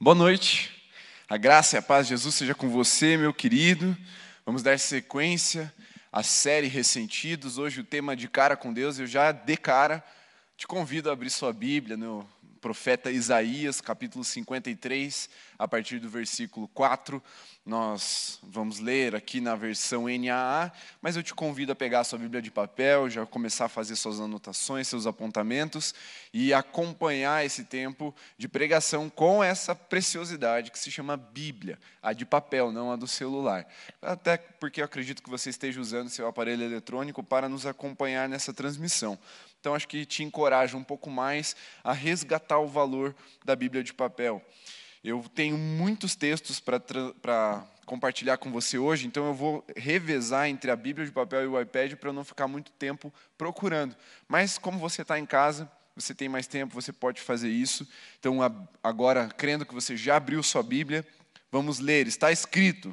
Boa noite, a graça e a paz de Jesus seja com você, meu querido. Vamos dar sequência à série Ressentidos. Hoje o tema de cara com Deus, eu já de cara te convido a abrir sua Bíblia no profeta Isaías, capítulo 53, a partir do versículo 4. Nós vamos ler aqui na versão NAA, mas eu te convido a pegar a sua Bíblia de papel, já começar a fazer suas anotações, seus apontamentos e acompanhar esse tempo de pregação com essa preciosidade que se chama Bíblia, a de papel, não a do celular. Até porque eu acredito que você esteja usando seu aparelho eletrônico para nos acompanhar nessa transmissão. Então, acho que te encoraja um pouco mais a resgatar o valor da Bíblia de papel. Eu tenho muitos textos para compartilhar com você hoje, então eu vou revezar entre a Bíblia de papel e o iPad para não ficar muito tempo procurando. Mas, como você está em casa, você tem mais tempo, você pode fazer isso. Então, agora, crendo que você já abriu sua Bíblia, vamos ler. Está escrito: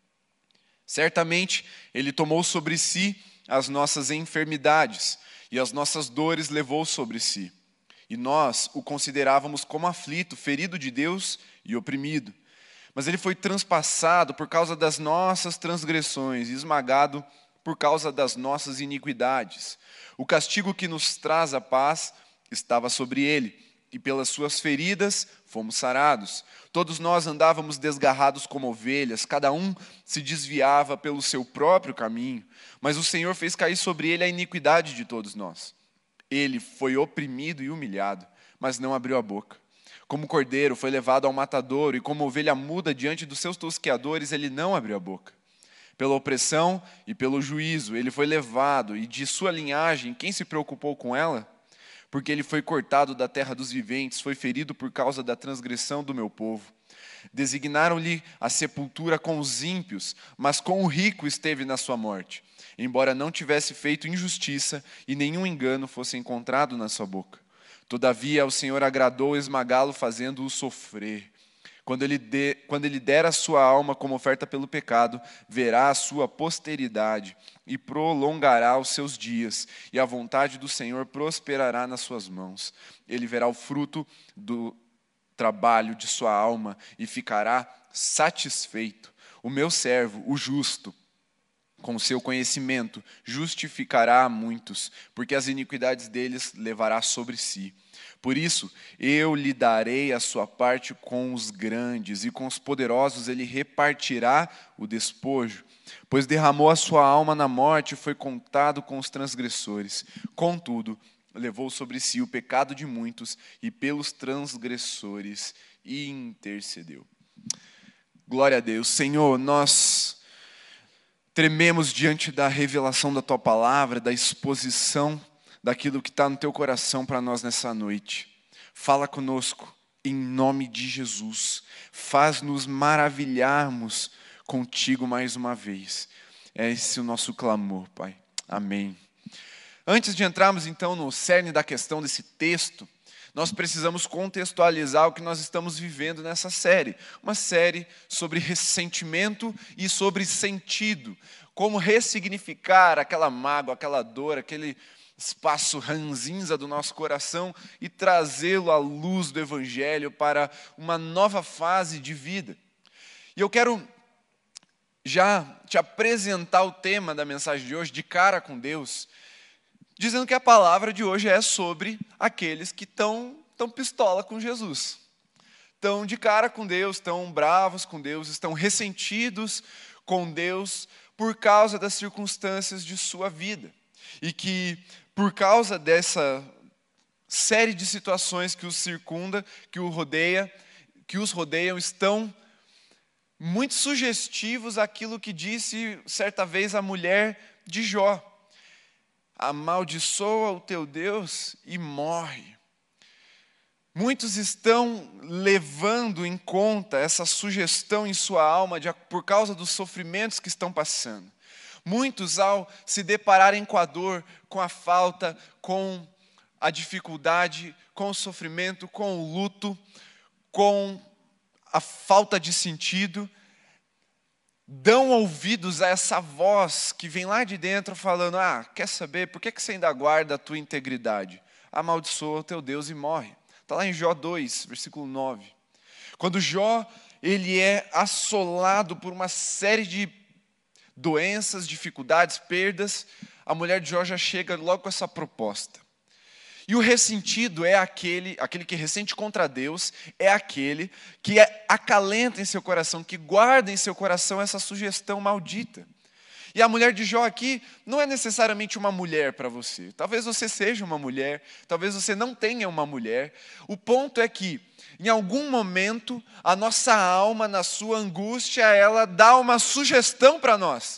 certamente Ele tomou sobre si as nossas enfermidades, e as nossas dores levou sobre si. E nós o considerávamos como aflito, ferido de Deus e oprimido. Mas ele foi transpassado por causa das nossas transgressões, esmagado por causa das nossas iniquidades. O castigo que nos traz a paz estava sobre ele, e pelas suas feridas fomos sarados. Todos nós andávamos desgarrados como ovelhas, cada um se desviava pelo seu próprio caminho, mas o Senhor fez cair sobre ele a iniquidade de todos nós. Ele foi oprimido e humilhado, mas não abriu a boca. Como cordeiro foi levado ao matadouro, e como ovelha muda diante dos seus tosqueadores, ele não abriu a boca. Pela opressão e pelo juízo ele foi levado, e de sua linhagem, quem se preocupou com ela? Porque ele foi cortado da terra dos viventes, foi ferido por causa da transgressão do meu povo. Designaram-lhe a sepultura com os ímpios, mas com o rico esteve na sua morte, embora não tivesse feito injustiça e nenhum engano fosse encontrado na sua boca. Todavia, ao Senhor agradou esmagá-lo, fazendo-o sofrer. Quando ele der a sua alma como oferta pelo pecado, verá a sua posteridade e prolongará os seus dias, e a vontade do Senhor prosperará nas suas mãos. Ele verá o fruto do trabalho de sua alma e ficará satisfeito. O meu servo, o justo, com o seu conhecimento, justificará a muitos, porque as iniquidades deles levará sobre si. Por isso, eu lhe darei a sua parte com os grandes, e com os poderosos ele repartirá o despojo. Pois derramou a sua alma na morte e foi contado com os transgressores. Contudo, levou sobre si o pecado de muitos, e pelos transgressores intercedeu. Glória a Deus. Senhor, nós trememos diante da revelação da Tua Palavra, da exposição daquilo que está no Teu coração para nós nessa noite. Fala conosco, em nome de Jesus. Faz-nos maravilharmos contigo mais uma vez. É esse o nosso clamor, Pai. Amém. Antes de entrarmos então no cerne da questão desse texto, nós precisamos contextualizar o que nós estamos vivendo nessa série. Uma série sobre ressentimento e sobre sentido. Como ressignificar aquela mágoa, aquela dor, aquele espaço ranzinza do nosso coração e trazê-lo à luz do Evangelho para uma nova fase de vida. E eu quero já te apresentar o tema da mensagem de hoje, de cara com Deus, dizendo que a palavra de hoje é sobre aqueles que estão pistola com Jesus. Estão de cara com Deus, estão bravos com Deus, estão ressentidos com Deus por causa das circunstâncias de sua vida. E que, por causa dessa série de situações que os circunda, que os rodeiam, estão muito sugestivos àquilo que disse certa vez a mulher de Jó: amaldiçoa o teu Deus e morre. Muitos estão levando em conta essa sugestão em sua alma por causa dos sofrimentos que estão passando. Muitos, ao se depararem com a dor, com a falta, com a dificuldade, com o sofrimento, com o luto, com a falta de sentido, dão ouvidos a essa voz que vem lá de dentro falando: quer saber, por que você ainda guarda a tua integridade? Amaldiçoa o teu Deus e morre. Está lá em Jó 2, versículo 9. Quando Jó, ele é assolado por uma série de doenças, dificuldades, perdas, a mulher de Jó já chega logo com essa proposta. E o ressentido é aquele que ressente contra Deus, é aquele que acalenta em seu coração, que guarda em seu coração essa sugestão maldita. E a mulher de Jó aqui não é necessariamente uma mulher para você. Talvez você seja uma mulher, talvez você não tenha uma mulher. O ponto é que, em algum momento, a nossa alma, na sua angústia, ela dá uma sugestão para nós.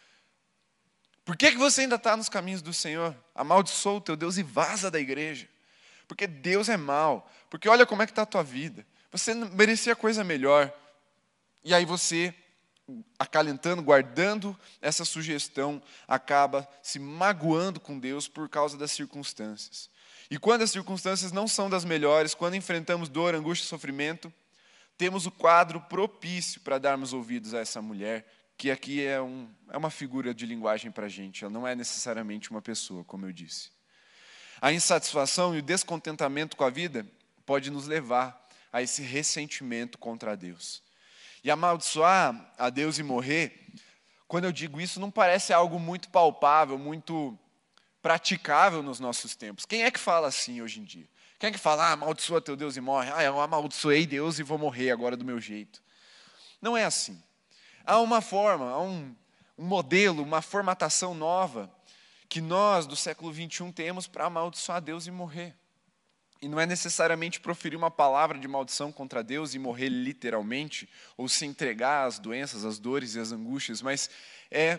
Por que você ainda está nos caminhos do Senhor? Amaldiçoa o teu Deus e vaza da igreja. Porque Deus é mau. Porque olha como é que está a tua vida. Você merecia coisa melhor. E aí você, acalentando, guardando essa sugestão, acaba se magoando com Deus por causa das circunstâncias. E quando as circunstâncias não são das melhores, quando enfrentamos dor, angústia e sofrimento, temos o quadro propício para darmos ouvidos a essa mulher, que aqui é uma figura de linguagem para a gente, ela não é necessariamente uma pessoa, como eu disse. A insatisfação e o descontentamento com a vida pode nos levar a esse ressentimento contra Deus. E amaldiçoar a Deus e morrer, quando eu digo isso, não parece algo muito palpável, muito praticável nos nossos tempos. Quem é que fala assim hoje em dia? Quem é que fala, amaldiçoa teu Deus e morre? Eu amaldiçoei Deus e vou morrer agora do meu jeito. Não é assim. Há uma forma, há um modelo, uma formatação nova que nós, do século XXI, temos para amaldiçoar Deus e morrer. E não é necessariamente proferir uma palavra de maldição contra Deus e morrer literalmente, ou se entregar às doenças, às dores e às angústias, mas é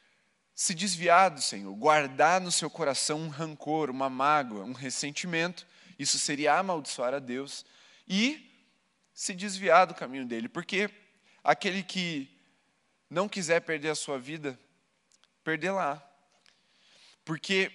se desviar do Senhor, guardar no seu coração um rancor, uma mágoa, um ressentimento. Isso seria amaldiçoar a Deus e se desviar do caminho dele, porque aquele que não quiser perder a sua vida, perderá. Porque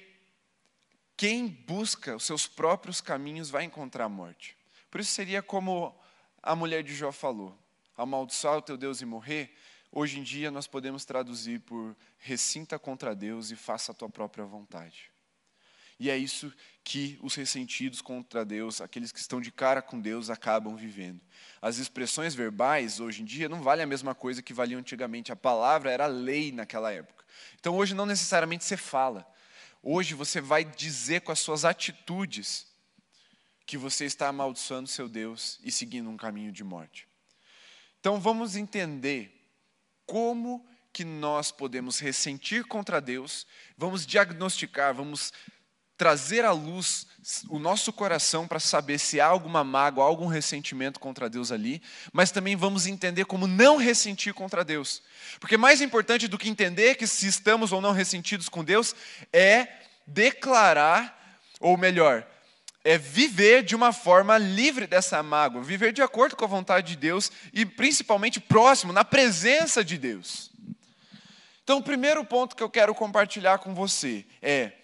quem busca os seus próprios caminhos vai encontrar a morte. Por isso seria como a mulher de Jó falou, amaldiçoar o teu Deus e morrer. Hoje em dia nós podemos traduzir por ressinta contra Deus e faça a tua própria vontade. E é isso que os ressentidos contra Deus, aqueles que estão de cara com Deus, acabam vivendo. As expressões verbais, hoje em dia, não valem a mesma coisa que valiam antigamente. A palavra era lei naquela época. Então, hoje, não necessariamente você fala. Hoje, você vai dizer com as suas atitudes que você está amaldiçoando seu Deus e seguindo um caminho de morte. Então, vamos entender como que nós podemos ressentir contra Deus, vamos diagnosticar, vamos trazer à luz o nosso coração para saber se há alguma mágoa, algum ressentimento contra Deus ali, mas também vamos entender como não ressentir contra Deus. Porque mais importante do que entender que se estamos ou não ressentidos com Deus, é declarar, ou melhor, é viver de uma forma livre dessa mágoa, viver de acordo com a vontade de Deus e principalmente próximo, na presença de Deus. Então, o primeiro ponto que eu quero compartilhar com você é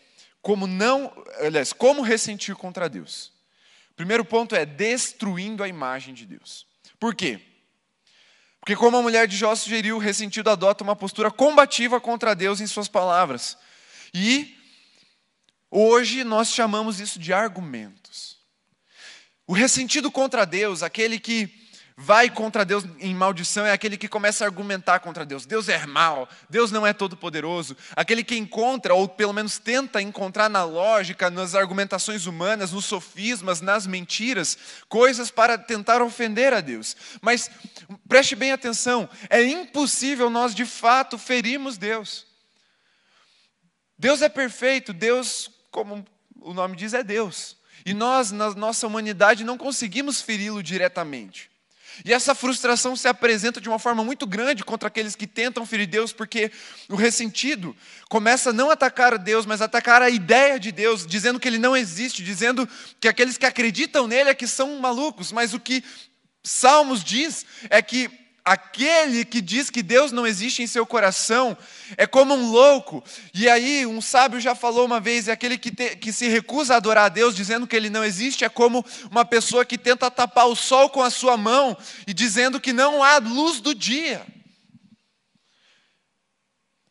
como ressentir contra Deus. O primeiro ponto é destruindo a imagem de Deus. Por quê? Porque como a mulher de Jó sugeriu, o ressentido adota uma postura combativa contra Deus em suas palavras. E hoje nós chamamos isso de argumentos. O ressentido contra Deus, aquele que vai contra Deus em maldição, é aquele que começa a argumentar contra Deus. Deus é mau, Deus não é todo-poderoso. Aquele que encontra, ou pelo menos tenta encontrar na lógica, nas argumentações humanas, nos sofismas, nas mentiras, coisas para tentar ofender a Deus. Mas preste bem atenção, é impossível nós de fato ferirmos Deus. Deus é perfeito, Deus, como o nome diz, é Deus. E nós, na nossa humanidade, não conseguimos feri-lo diretamente. E essa frustração se apresenta de uma forma muito grande contra aqueles que tentam ferir Deus, porque o ressentido começa a não atacar Deus, mas a atacar a ideia de Deus, dizendo que Ele não existe, dizendo que aqueles que acreditam nele é que são malucos. Mas o que Salmos diz é que aquele que diz que Deus não existe em seu coração é como um louco. E aí um sábio já falou uma vez, é aquele que se recusa a adorar a Deus dizendo que Ele não existe, é como uma pessoa que tenta tapar o sol com a sua mão e dizendo que não há luz do dia.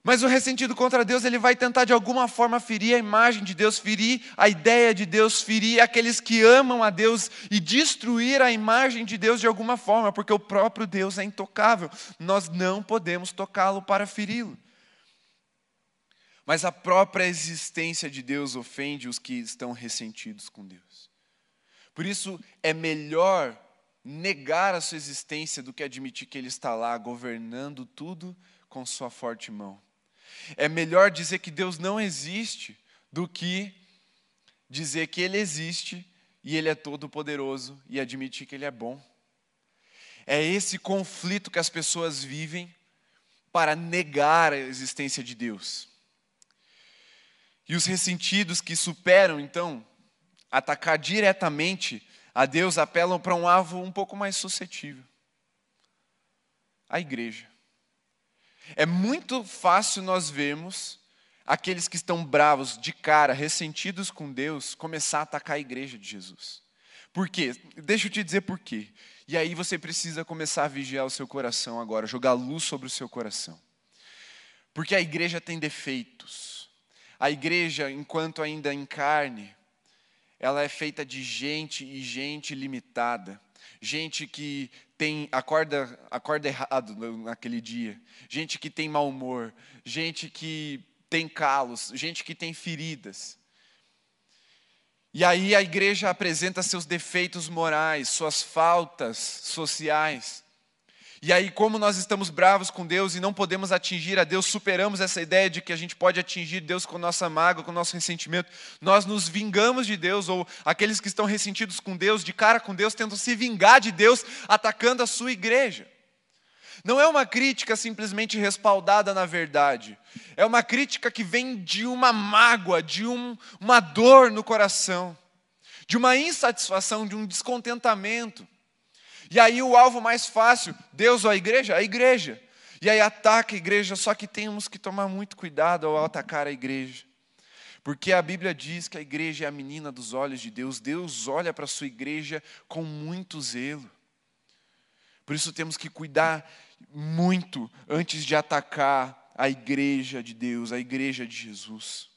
Mas o ressentido contra Deus, ele vai tentar de alguma forma ferir a imagem de Deus, ferir a ideia de Deus, ferir aqueles que amam a Deus e destruir a imagem de Deus de alguma forma, porque o próprio Deus é intocável. Nós não podemos tocá-lo para feri-lo. Mas a própria existência de Deus ofende os que estão ressentidos com Deus. Por isso é melhor negar a sua existência do que admitir que Ele está lá governando tudo com sua forte mão. É melhor dizer que Deus não existe do que dizer que Ele existe e Ele é todo poderoso e admitir que Ele é bom. É esse conflito que as pessoas vivem para negar a existência de Deus. E os ressentidos que superam, então, atacar diretamente a Deus, apelam para um alvo um pouco mais suscetível. A igreja. É muito fácil nós vermos aqueles que estão bravos, de cara, ressentidos com Deus, começar a atacar a igreja de Jesus. Por quê? Deixa eu te dizer por quê. E aí você precisa começar a vigiar o seu coração agora, jogar luz sobre o seu coração. Porque a igreja tem defeitos. A igreja, enquanto ainda em carne, ela é feita de gente e gente limitada. Gente que acorda errado naquele dia. Gente que tem mau humor. Gente que tem calos. Gente que tem feridas. E aí a igreja apresenta seus defeitos morais, suas faltas sociais. E aí, como nós estamos bravos com Deus e não podemos atingir a Deus, superamos essa ideia de que a gente pode atingir Deus com nossa mágoa, com nosso ressentimento. Nós nos vingamos de Deus, ou aqueles que estão ressentidos com Deus, de cara com Deus, tentam se vingar de Deus, atacando a sua igreja. Não é uma crítica simplesmente respaldada na verdade. É uma crítica que vem de uma mágoa, de uma dor no coração, de uma insatisfação, de um descontentamento. E aí o alvo mais fácil, Deus ou a igreja? A igreja. E aí ataca a igreja, só que temos que tomar muito cuidado ao atacar a igreja. Porque a Bíblia diz que a igreja é a menina dos olhos de Deus. Deus olha para a sua igreja com muito zelo. Por isso temos que cuidar muito antes de atacar a igreja de Deus, a igreja de Jesus.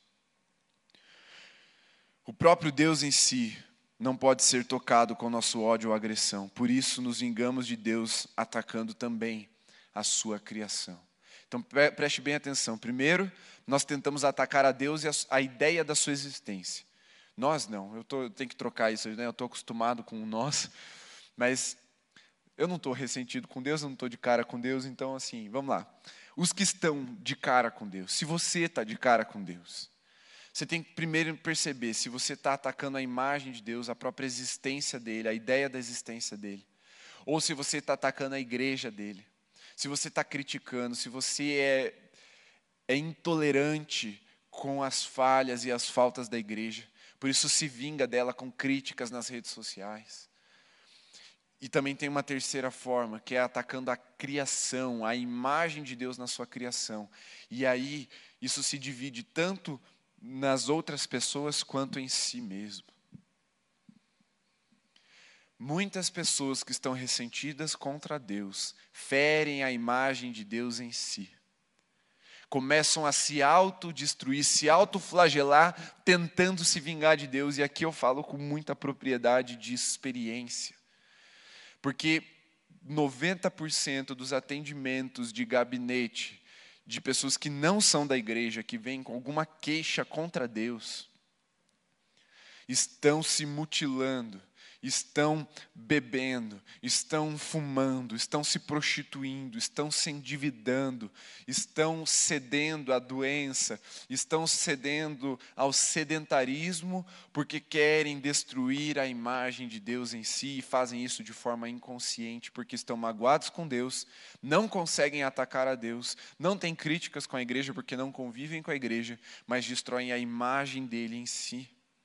O próprio Deus em si não pode ser tocado com nosso ódio ou agressão. Por isso nos vingamos de Deus atacando também a sua criação. Então preste bem atenção. Primeiro, nós tentamos atacar a Deus e a ideia da sua existência. Nós não, eu tenho que trocar isso, né? Eu estou acostumado com o nós, mas eu não estou ressentido com Deus, eu não estou de cara com Deus, então assim, vamos lá. Os que estão de cara com Deus, se você está de cara com Deus, você tem que primeiro perceber se você está atacando a imagem de Deus, a própria existência dele, a ideia da existência dele. Ou se você está atacando a igreja dele. Se você está criticando, se você é intolerante com as falhas e as faltas da igreja. Por isso se vinga dela com críticas nas redes sociais. E também tem uma terceira forma, que é atacando a criação, a imagem de Deus na sua criação. E aí isso se divide tanto nas outras pessoas quanto em si mesmo. Muitas pessoas que estão ressentidas contra Deus ferem a imagem de Deus em si. Começam a se autodestruir, se autoflagelar, tentando se vingar de Deus. E aqui eu falo com muita propriedade de experiência. Porque 90% dos atendimentos de gabinete de pessoas que não são da igreja, que vêm com alguma queixa contra Deus, estão se mutilando, estão bebendo, estão fumando, estão se prostituindo, estão se endividando, estão cedendo à doença, estão cedendo ao sedentarismo, porque querem destruir a imagem de Deus em si e fazem isso de forma inconsciente, porque estão magoados com Deus, não conseguem atacar a Deus, não têm críticas com a igreja porque não convivem com a igreja, mas destroem a imagem dele em si.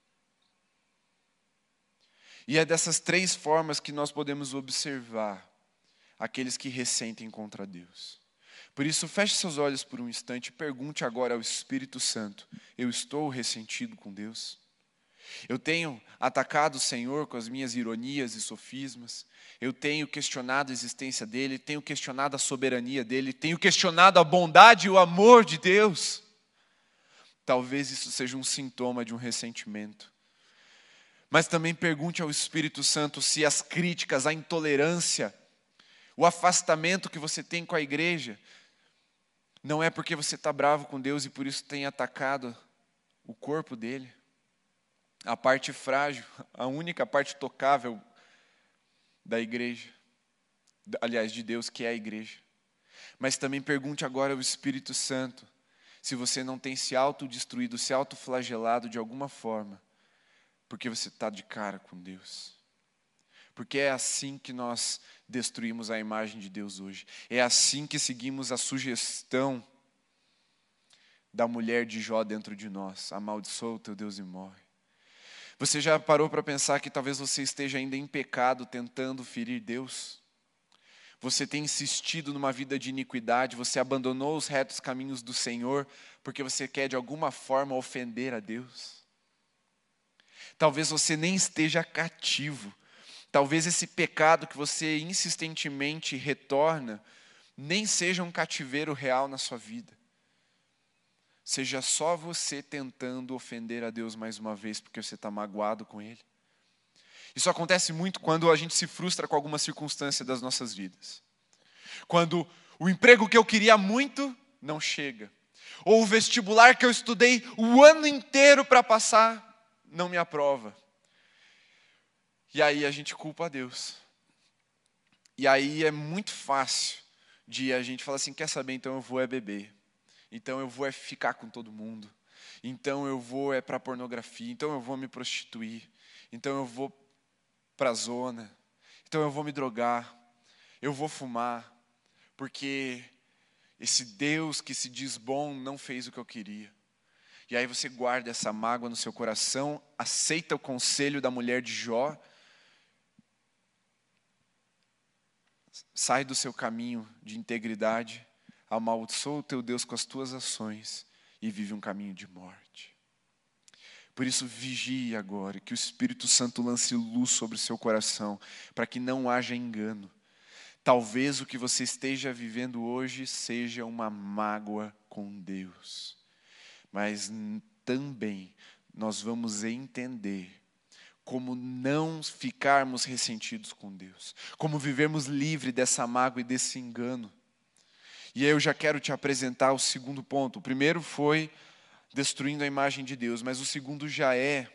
E é dessas três formas que nós podemos observar aqueles que ressentem contra Deus. Por isso, feche seus olhos por um instante e pergunte agora ao Espírito Santo: eu estou ressentido com Deus? Eu tenho atacado o Senhor com as minhas ironias e sofismas. Eu tenho questionado a existência dele, tenho questionado a soberania dele, tenho questionado a bondade e o amor de Deus. Talvez isso seja um sintoma de um ressentimento. Mas também pergunte ao Espírito Santo se as críticas, a intolerância, o afastamento que você tem com a igreja, não é porque você está bravo com Deus e por isso tem atacado o corpo dele. A parte frágil, a única parte tocável da igreja, aliás, de Deus, que é a igreja. Mas também pergunte agora ao Espírito Santo se você não tem se autodestruído, se autoflagelado de alguma forma, porque você está de cara com Deus. Porque é assim que nós destruímos a imagem de Deus hoje. É assim que seguimos a sugestão da mulher de Jó dentro de nós. Amaldiçoa o teu Deus e morre. Você já parou para pensar que talvez você esteja ainda em pecado, tentando ferir Deus? Você tem insistido numa vida de iniquidade, você abandonou os retos caminhos do Senhor, porque você quer de alguma forma ofender a Deus? Talvez você nem esteja cativo. Talvez esse pecado que você insistentemente retorna, nem seja um cativeiro real na sua vida. Seja só você tentando ofender a Deus mais uma vez, porque você está magoado com Ele. Isso acontece muito quando a gente se frustra com alguma circunstância das nossas vidas. Quando o emprego que eu queria muito não chega. Ou o vestibular que eu estudei o ano inteiro para passar, não me aprova. E aí a gente culpa a Deus. E aí é muito fácil de a gente falar assim, quer saber, então eu vou beber. Então eu vou ficar com todo mundo. Então eu vou para pornografia. Então eu vou me prostituir. Então eu vou para a zona. Então eu vou me drogar. Eu vou fumar. Porque esse Deus que se diz bom não fez o que eu queria. E aí você guarda essa mágoa no seu coração, aceita o conselho da mulher de Jó, sai do seu caminho de integridade, amaldiçoa o teu Deus com as tuas ações e vive um caminho de morte. Por isso vigie agora, que o Espírito Santo lance luz sobre o seu coração, para que não haja engano. Talvez o que você esteja vivendo hoje seja uma mágoa com Deus. Mas também nós vamos entender como não ficarmos ressentidos com Deus. Como vivermos livre dessa mágoa e desse engano. E aí eu já quero te apresentar o segundo ponto. O primeiro foi destruindo a imagem de Deus, mas o segundo já é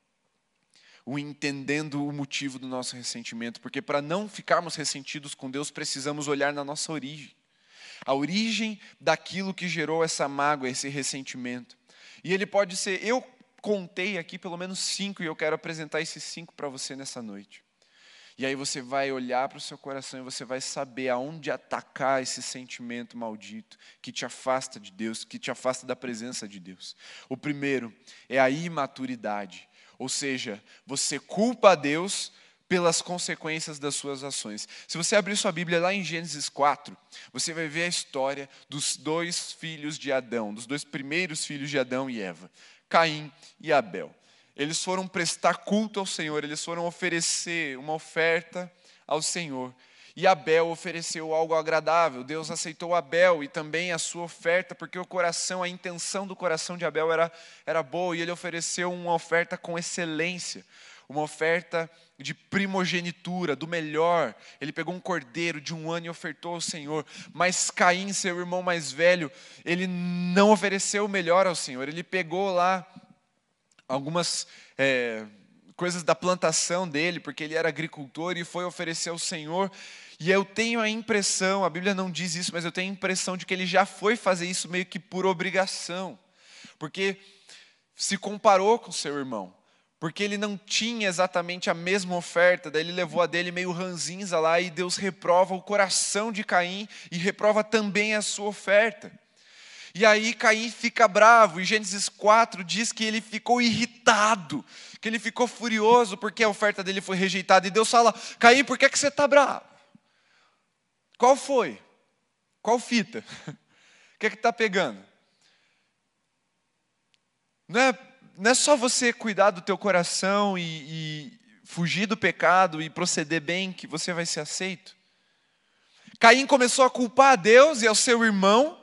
o entendendo o motivo do nosso ressentimento. Porque para não ficarmos ressentidos com Deus, precisamos olhar na nossa origem. A origem daquilo que gerou essa mágoa, esse ressentimento. E ele pode ser, eu contei aqui pelo menos 5 e eu quero apresentar esses 5 para você nessa noite. E aí você vai olhar para o seu coração e você vai saber aonde atacar esse sentimento maldito que te afasta de Deus, que te afasta da presença de Deus. O primeiro é a imaturidade, ou seja, você culpa a Deus pelas consequências das suas ações. Se você abrir sua Bíblia lá em Gênesis 4, você vai ver a história dos 2 filhos de Adão, dos 2 primeiros filhos de Adão e Eva, Caim e Abel. Eles foram prestar culto ao Senhor, eles foram oferecer uma oferta ao Senhor. E Abel ofereceu algo agradável. Deus aceitou Abel e também a sua oferta, porque o coração, a intenção do coração de Abel era boa, e ele ofereceu uma oferta com excelência, uma oferta de primogenitura, do melhor. Ele pegou um cordeiro de 1 ano e ofertou ao Senhor. Mas Caim, seu irmão mais velho, ele não ofereceu o melhor ao Senhor. Ele pegou lá algumas coisas da plantação dele, porque ele era agricultor, e foi oferecer ao Senhor. E eu tenho a impressão, a Bíblia não diz isso, mas eu tenho a impressão de que ele já foi fazer isso meio que por obrigação, porque se comparou com seu irmão, porque ele não tinha exatamente a mesma oferta. Daí ele levou a dele meio ranzinza lá, e Deus reprova o coração de Caim e reprova também a sua oferta. E aí Caim fica bravo, e Gênesis 4 diz que ele ficou irritado, que ele ficou furioso porque a oferta dele foi rejeitada. E Deus fala: Caim, por que você está bravo? Qual foi? Qual fita? O que está pegando? Não é não é só você cuidar do teu coração e fugir do pecado e proceder bem que você vai ser aceito. Caim começou a culpar a Deus e ao seu irmão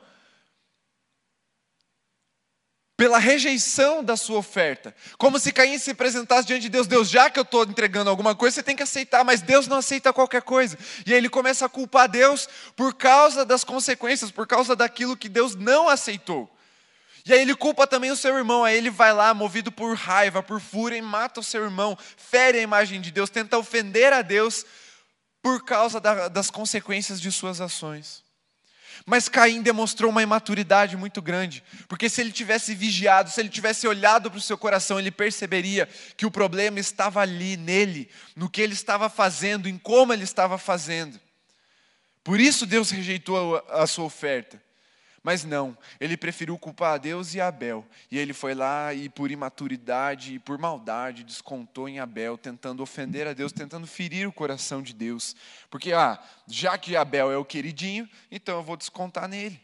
pela rejeição da sua oferta. Como se Caim se apresentasse diante de Deus: Deus, já que eu estou entregando alguma coisa, você tem que aceitar, mas Deus não aceita qualquer coisa. E aí ele começa a culpar Deus por causa das consequências, por causa daquilo que Deus não aceitou. E aí ele culpa também o seu irmão, aí ele vai lá, movido por raiva, por fúria, e mata o seu irmão, fere a imagem de Deus, tenta ofender a Deus por causa das consequências de suas ações. Mas Caim demonstrou uma imaturidade muito grande, porque se ele tivesse vigiado, se ele tivesse olhado para o seu coração, ele perceberia que o problema estava ali, nele, no que ele estava fazendo, em como ele estava fazendo. Por isso Deus rejeitou a sua oferta. Mas não, ele preferiu culpar a Deus e Abel. E ele foi lá e por imaturidade e por maldade descontou em Abel, tentando ofender a Deus, tentando ferir o coração de Deus. Porque, já que Abel é o queridinho, então eu vou descontar nele.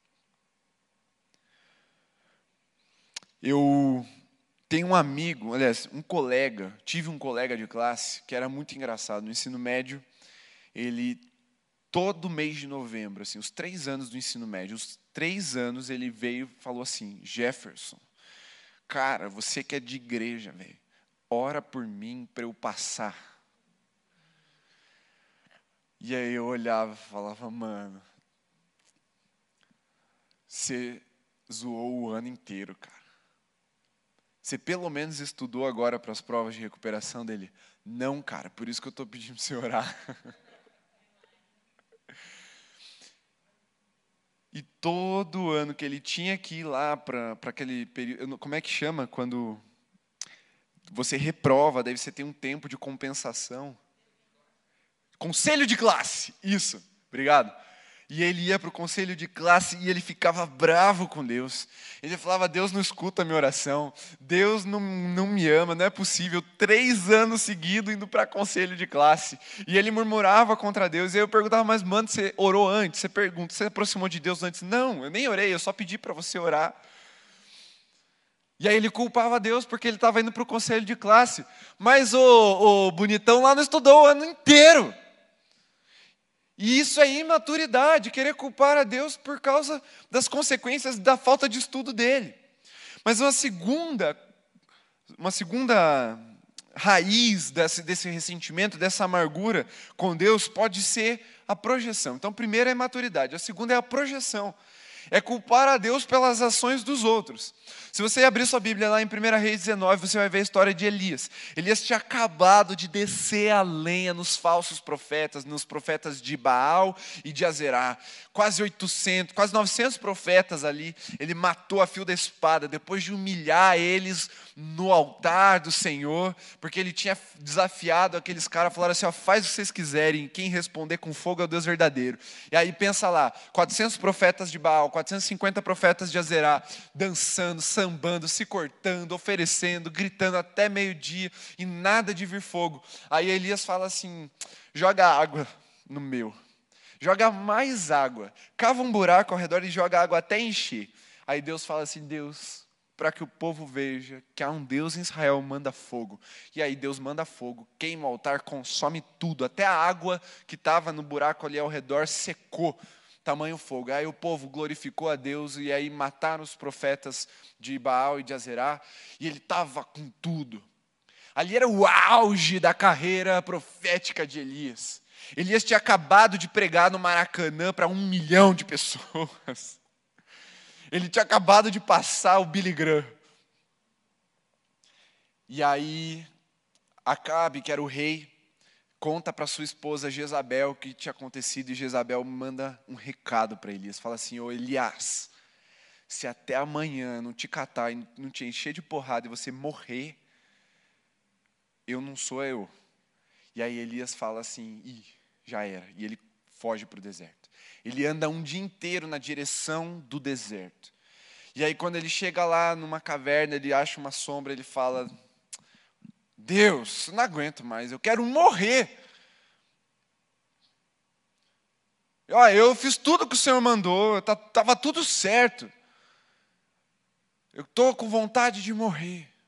Eu tenho um amigo, aliás, tive um colega de classe que era muito engraçado. No ensino médio, ele, todo mês de novembro, assim, os 3 anos do ensino médio, os 3 anos ele veio e falou assim: Jefferson, cara, você que é de igreja, velho, ora por mim para eu passar. E aí eu olhava e falava: mano, você zoou o ano inteiro, cara. Você pelo menos estudou agora para as provas de recuperação dele? Não, cara, por isso que eu estou pedindo para você orar. E todo ano que ele tinha que ir lá para aquele período, como é que chama quando você reprova, daí você tem um tempo de compensação? Conselho de classe, isso, obrigado. E ele ia para o conselho de classe e ele ficava bravo com Deus. Ele falava: Deus não escuta a minha oração, Deus não me ama, não é possível. 3 anos seguidos indo para conselho de classe. E ele murmurava contra Deus. E aí eu perguntava: mas mano, você orou antes? Você aproximou de Deus antes? Não, eu nem orei, eu só pedi para você orar. E aí ele culpava Deus porque ele estava indo para o conselho de classe. Mas o bonitão lá não estudou o ano inteiro. E isso é imaturidade, querer culpar a Deus por causa das consequências da falta de estudo dele. Mas uma segunda raiz desse ressentimento, dessa amargura com Deus, pode ser a projeção. Então, a primeira é a maturidade, a segunda é a projeção. É culpar a Deus pelas ações dos outros. Se você abrir sua Bíblia lá em 1 Reis 19, você vai ver a história de Elias. Elias tinha acabado de descer a lenha nos falsos profetas, nos profetas de Baal e de Azerá. Quase 900 profetas ali. Ele matou a fio da espada, depois de humilhar eles no altar do Senhor, porque ele tinha desafiado aqueles caras, falaram assim: faz o que vocês quiserem, quem responder com fogo é o Deus verdadeiro. E aí pensa lá, 400 profetas de Baal, 450 profetas de Azerá, dançando, sambando, se cortando, oferecendo, gritando até meio-dia, e nada de vir fogo. Aí Elias fala assim: joga água no meu, joga mais água, cava um buraco ao redor e joga água até encher. Aí Deus fala assim: Deus, para que o povo veja que há um Deus em Israel, manda fogo. E aí Deus manda fogo, queima o altar, consome tudo, até a água que estava no buraco ali ao redor secou. Tamanho fogo. Aí o povo glorificou a Deus e aí mataram os profetas de Baal e de Azerá. E ele estava com tudo. Ali era o auge da carreira profética de Elias. Elias tinha acabado de pregar no Maracanã para 1 milhão de pessoas. Ele tinha acabado de passar o Billy Graham. E aí Acabe, que era o rei, conta para sua esposa Jezabel o que tinha acontecido, e Jezabel manda um recado para Elias. Fala assim: ô Elias, se até amanhã não te catar e não te encher de porrada e você morrer, eu não sou eu. E aí Elias fala assim: já era. E ele foge para o deserto. Ele anda um dia inteiro na direção do deserto. E aí quando ele chega lá numa caverna, ele acha uma sombra, ele fala: Deus, não aguento mais, eu quero morrer. Eu fiz tudo que o Senhor mandou, estava tudo certo. Eu estou com vontade de morrer.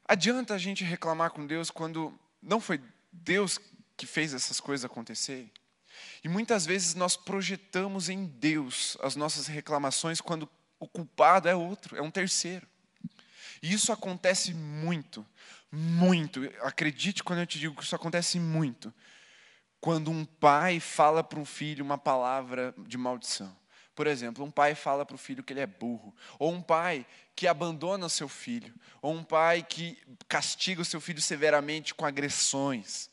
Adianta a gente reclamar com Deus quando não foi Deus que fez essas coisas acontecerem? E muitas vezes nós projetamos em Deus as nossas reclamações quando o culpado é outro, é um terceiro. E isso acontece muito, muito. Acredite quando eu te digo que isso acontece muito. Quando um pai fala para um filho uma palavra de maldição. Por exemplo, um pai fala para o filho que ele é burro. Ou um pai que abandona seu filho. Ou um pai que castiga o seu filho severamente com agressões.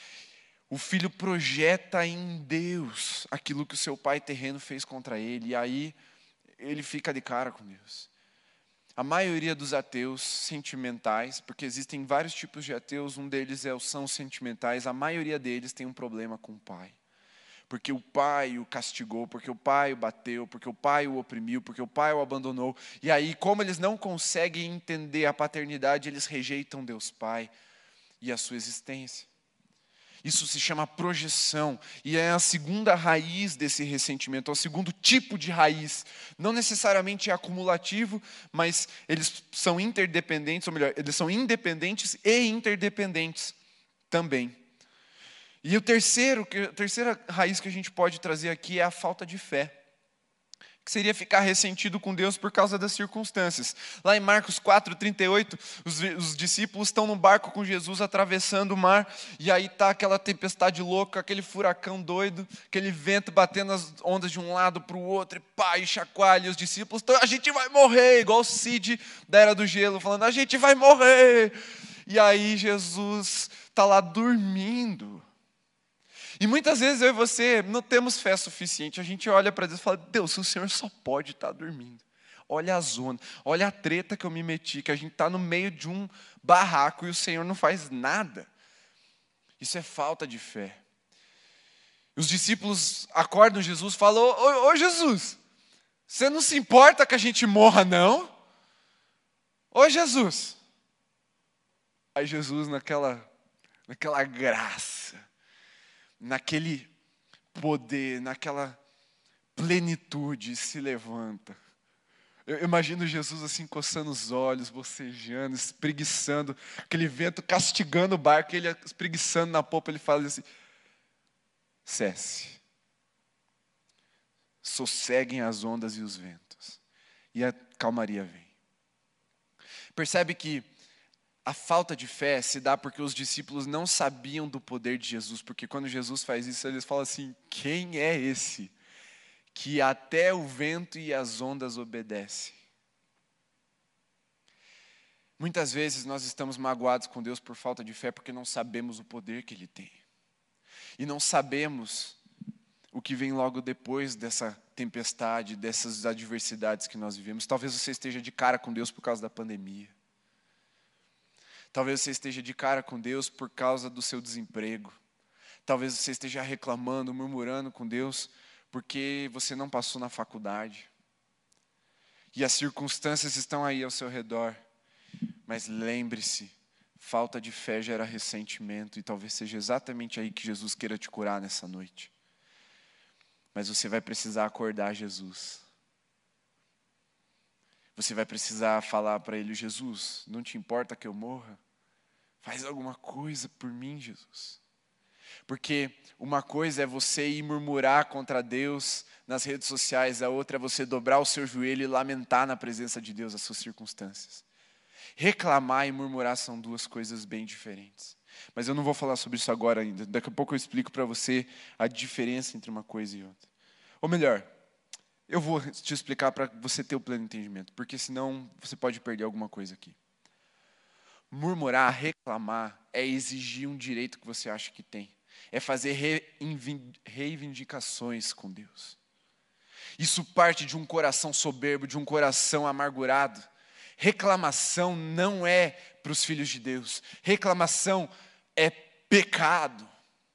O filho projeta em Deus aquilo que o seu pai terreno fez contra ele. E aí ele fica de cara com Deus. A maioria dos ateus sentimentais, porque existem vários tipos de ateus, um deles são os sentimentais, a maioria deles tem um problema com o pai. Porque o pai o castigou, porque o pai o bateu, porque o pai o oprimiu, porque o pai o abandonou. E aí, como eles não conseguem entender a paternidade, eles rejeitam Deus Pai e a sua existência. Isso se chama projeção, e é a segunda raiz desse ressentimento, é o segundo tipo de raiz. Não necessariamente é acumulativo, mas eles são interdependentes, ou melhor, eles são independentes e interdependentes também. E a terceira raiz que a gente pode trazer aqui é a falta de fé, que seria ficar ressentido com Deus por causa das circunstâncias. Lá em Marcos 4:38, os discípulos estão no barco com Jesus atravessando o mar, e aí está aquela tempestade louca, aquele furacão doido, aquele vento batendo as ondas de um lado para o outro, e pá, e chacoalha, e os discípulos estão, a gente vai morrer, igual o Cid da Era do Gelo, falando, a gente vai morrer. E aí Jesus está lá dormindo. E muitas vezes eu e você não temos fé suficiente. A gente olha para Deus e fala, Deus, o Senhor só pode estar dormindo. Olha a zona, olha a treta que eu me meti, que a gente está no meio de um barraco e o Senhor não faz nada. Isso é falta de fé. Os discípulos acordam Jesus e falam, ô Jesus, você não se importa que a gente morra não? Ô Jesus. Aí Jesus naquela graça, naquele poder, naquela plenitude, se levanta. Eu imagino Jesus assim, coçando os olhos, bocejando, espreguiçando, aquele vento castigando o barco, ele espreguiçando na popa, ele fala assim, cesse, sosseguem as ondas e os ventos, e a calmaria vem. Percebe que a falta de fé se dá porque os discípulos não sabiam do poder de Jesus, porque quando Jesus faz isso, eles falam assim, quem é esse que até o vento e as ondas obedecem? Muitas vezes nós estamos magoados com Deus por falta de fé porque não sabemos o poder que Ele tem. E não sabemos o que vem logo depois dessa tempestade, dessas adversidades que nós vivemos. Talvez você esteja de cara com Deus por causa da pandemia. Talvez você esteja de cara com Deus por causa do seu desemprego. Talvez você esteja reclamando, murmurando com Deus porque você não passou na faculdade. E as circunstâncias estão aí ao seu redor. Mas lembre-se, falta de fé gera ressentimento e talvez seja exatamente aí que Jesus queira te curar nessa noite. Mas você vai precisar acordar Jesus. Você vai precisar falar para Ele, Jesus, não te importa que eu morra? Faz alguma coisa por mim, Jesus. Porque uma coisa é você ir murmurar contra Deus nas redes sociais, a outra é você dobrar o seu joelho e lamentar na presença de Deus as suas circunstâncias. Reclamar e murmurar são duas coisas bem diferentes. Mas eu não vou falar sobre isso agora ainda. Daqui a pouco eu explico para você a diferença entre uma coisa e outra. Ou melhor, eu vou te explicar para você ter o pleno entendimento, porque senão você pode perder alguma coisa aqui. Murmurar, reclamar, é exigir um direito que você acha que tem. É fazer reivindicações com Deus. Isso parte de um coração soberbo, de um coração amargurado. Reclamação não é para os filhos de Deus. Reclamação é pecado.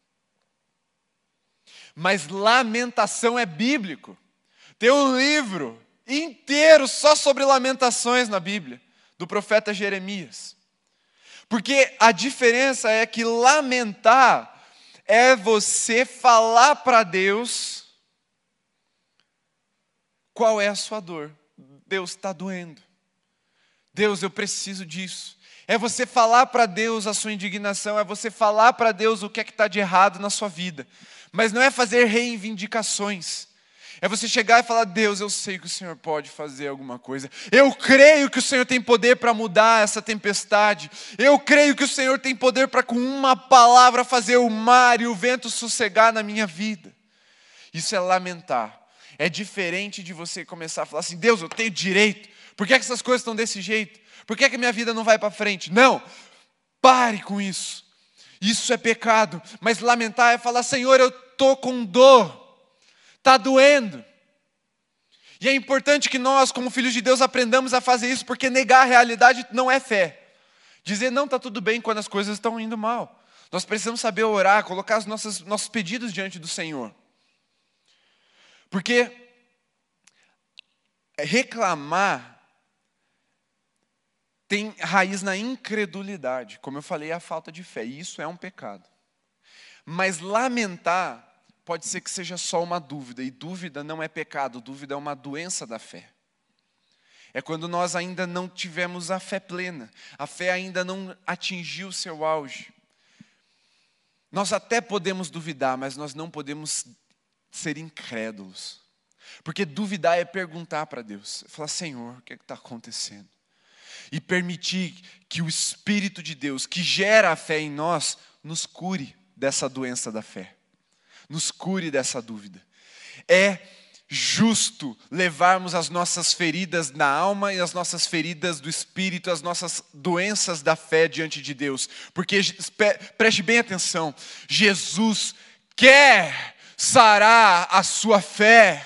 Mas lamentação é bíblico. Tem um livro inteiro só sobre lamentações na Bíblia, do profeta Jeremias. Porque a diferença é que lamentar é você falar para Deus qual é a sua dor. Deus, está doendo. Deus, eu preciso disso. É você falar para Deus a sua indignação, é você falar para Deus o que é que está de errado na sua vida. Mas não é fazer reivindicações. É você chegar e falar: Deus, eu sei que o Senhor pode fazer alguma coisa. Eu creio que o Senhor tem poder para mudar essa tempestade. Eu creio que o Senhor tem poder para com uma palavra fazer o mar e o vento sossegar na minha vida. Isso é lamentar. É diferente de você começar a falar assim: Deus, eu tenho direito. Por que essas coisas estão desse jeito? Por que minha vida não vai para frente? Não, pare com isso. Isso é pecado. Mas lamentar é falar: Senhor, eu estou com dor. Está doendo. E é importante que nós, como filhos de Deus, aprendamos a fazer isso, porque negar a realidade não é fé. Dizer não, está tudo bem quando as coisas estão indo mal. Nós precisamos saber orar, colocar os nossos pedidos diante do Senhor. Porque reclamar tem raiz na incredulidade. Como eu falei, é a falta de fé. E isso é um pecado. Mas lamentar pode ser que seja só uma dúvida, e dúvida não é pecado, dúvida é uma doença da fé. É quando nós ainda não tivemos a fé plena, a fé ainda não atingiu o seu auge. Nós até podemos duvidar, mas nós não podemos ser incrédulos. Porque duvidar é perguntar para Deus, falar: Senhor, o que está acontecendo? E permitir que o Espírito de Deus, que gera a fé em nós, nos cure dessa doença da fé. Nos cure dessa dúvida. É justo levarmos as nossas feridas na alma e as nossas feridas do espírito, as nossas doenças da fé diante de Deus. Porque, preste bem atenção, Jesus quer sarar a sua fé.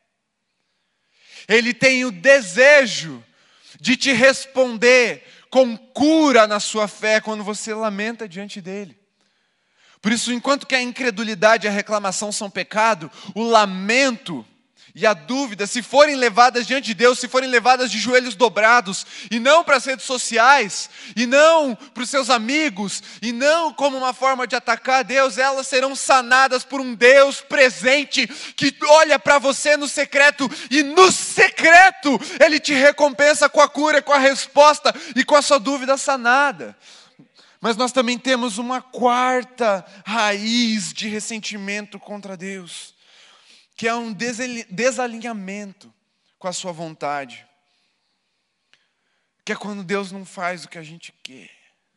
Ele tem o desejo de te responder com cura na sua fé quando você lamenta diante dele. Por isso, enquanto que a incredulidade e a reclamação são pecado, o lamento e a dúvida, se forem levadas diante de Deus, se forem levadas de joelhos dobrados, e não para as redes sociais, e não para os seus amigos, e não como uma forma de atacar a Deus, elas serão sanadas por um Deus presente, que olha para você no secreto, e no secreto Ele te recompensa com a cura, com a resposta, e com a sua dúvida sanada. Mas nós também temos uma quarta raiz de ressentimento contra Deus, que é um desalinhamento com a sua vontade. Que é quando Deus não faz o que a gente quer.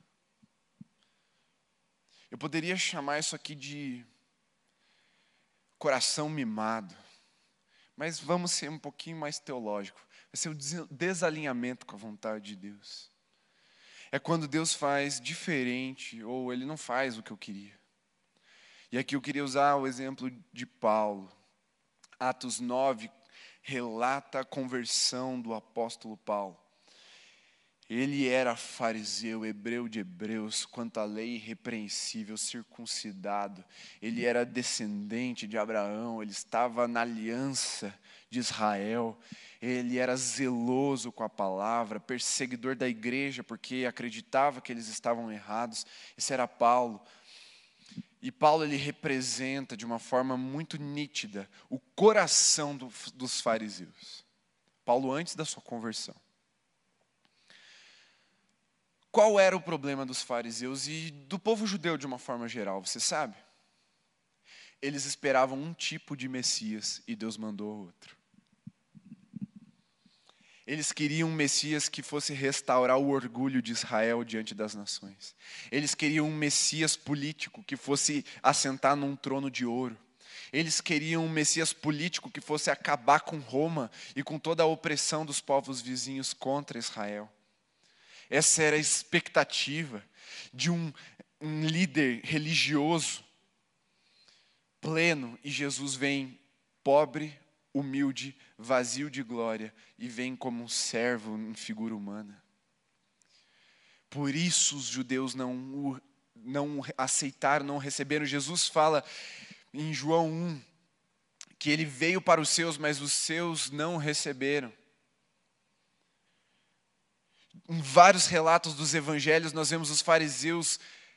Eu poderia chamar isso aqui de coração mimado. Mas vamos ser um pouquinho mais teológico. Vai ser o desalinhamento com a vontade de Deus. É quando Deus faz diferente, ou Ele não faz o que eu queria. E aqui eu queria usar o exemplo de Paulo. Atos 9 relata a conversão do apóstolo Paulo. Ele era fariseu, hebreu de hebreus, quanto à lei irrepreensível, circuncidado. Ele era descendente de Abraão, ele estava na aliança de Israel. Ele era zeloso com a palavra, perseguidor da igreja, porque acreditava que eles estavam errados. Esse era Paulo. E Paulo, ele representa de uma forma muito nítida o coração dos fariseus. Paulo antes da sua conversão. Qual era o problema dos fariseus e do povo judeu de uma forma geral, você sabe? Eles esperavam um tipo de Messias e Deus mandou outro. Eles queriam um Messias que fosse restaurar o orgulho de Israel diante das nações. Eles queriam um Messias político que fosse assentar num trono de ouro. Eles queriam um Messias político que fosse acabar com Roma e com toda a opressão dos povos vizinhos contra Israel. Essa era a expectativa de um líder religioso pleno, e Jesus vem pobre, humilde, vazio de glória, e vem como um servo em figura humana. Por isso os judeus não aceitaram, não receberam. Jesus fala em João 1, que ele veio para os seus, mas os seus não receberam. Em vários relatos dos evangelhos, nós vemos os fariseus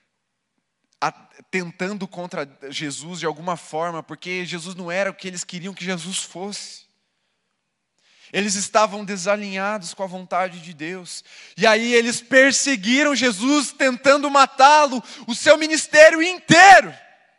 tentando contra Jesus de alguma forma, porque Jesus não era o que eles queriam que Jesus fosse. Eles estavam desalinhados com a vontade de Deus. E aí eles perseguiram Jesus, tentando matá-lo, o seu ministério inteiro.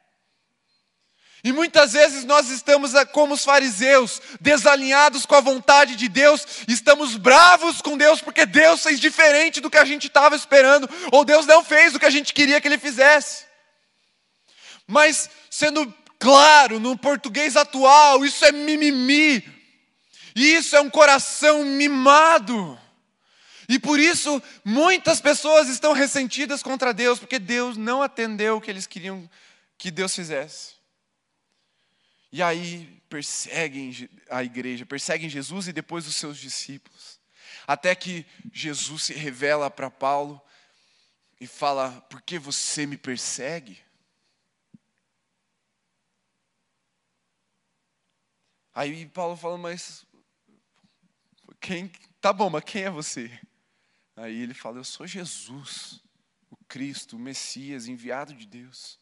E muitas vezes nós estamos como os fariseus, desalinhados com a vontade de Deus, estamos bravos com Deus porque Deus fez diferente do que a gente estava esperando, ou Deus não fez o que a gente queria que Ele fizesse. Mas, sendo claro, no português atual, isso é mimimi, isso é um coração mimado. E por isso, muitas pessoas estão ressentidas contra Deus, porque Deus não atendeu o que eles queriam que Deus fizesse. E aí perseguem a igreja, perseguem Jesus e depois os seus discípulos. Até que Jesus se revela para Paulo e fala: por que você me persegue? Aí Paulo fala: mas tá bom, mas quem é você? Aí ele fala: eu sou Jesus, o Cristo, o Messias, enviado de Deus.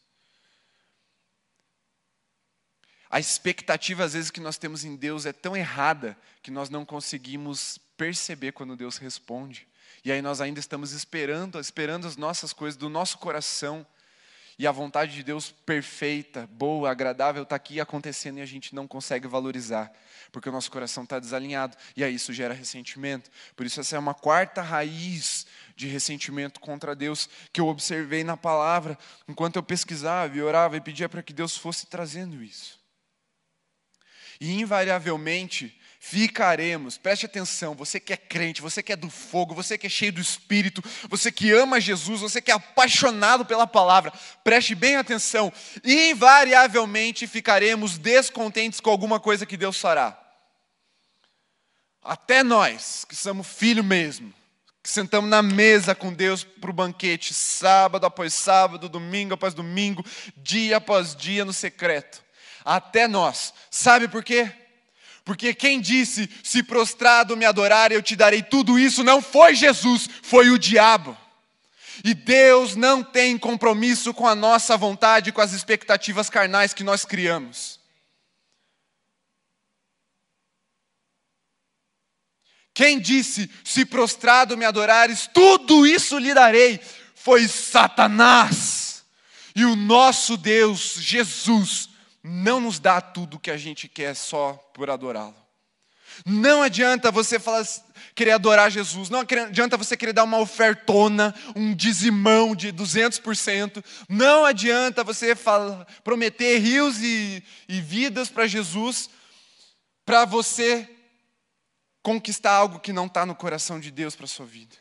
A expectativa, às vezes, que nós temos em Deus é tão errada que nós não conseguimos perceber quando Deus responde. E aí nós ainda estamos esperando as nossas coisas do nosso coração. E a vontade de Deus perfeita, boa, agradável está aqui acontecendo e a gente não consegue valorizar. Porque o nosso coração está desalinhado. E aí isso gera ressentimento. Por isso essa é uma quarta raiz de ressentimento contra Deus que eu observei na palavra enquanto eu pesquisava e orava e pedia para que Deus fosse trazendo isso. E invariavelmente ficaremos, preste atenção, você que é crente, você que é do fogo, você que é cheio do Espírito, você que ama Jesus, você que é apaixonado pela palavra, preste bem atenção, invariavelmente ficaremos descontentes com alguma coisa que Deus fará. Até nós, que somos filho mesmo, que sentamos na mesa com Deus para o banquete, sábado após sábado, domingo após domingo, dia após dia no secreto. Até nós. Sabe por quê? Porque quem disse, se prostrado me adorar, eu te darei tudo isso, não foi Jesus, foi o diabo. E Deus não tem compromisso com a nossa vontade, com as expectativas carnais que nós criamos. Quem disse, se prostrado me adorares, tudo isso lhe darei, foi Satanás. E o nosso Deus, Jesus, não nos dá tudo o que a gente quer só por adorá-lo. Não adianta você querer adorar Jesus. Não adianta você querer dar uma ofertona, um dizimão de 200%. Não adianta você prometer rios e vidas para Jesus para você conquistar algo que não está no coração de Deus para a sua vida.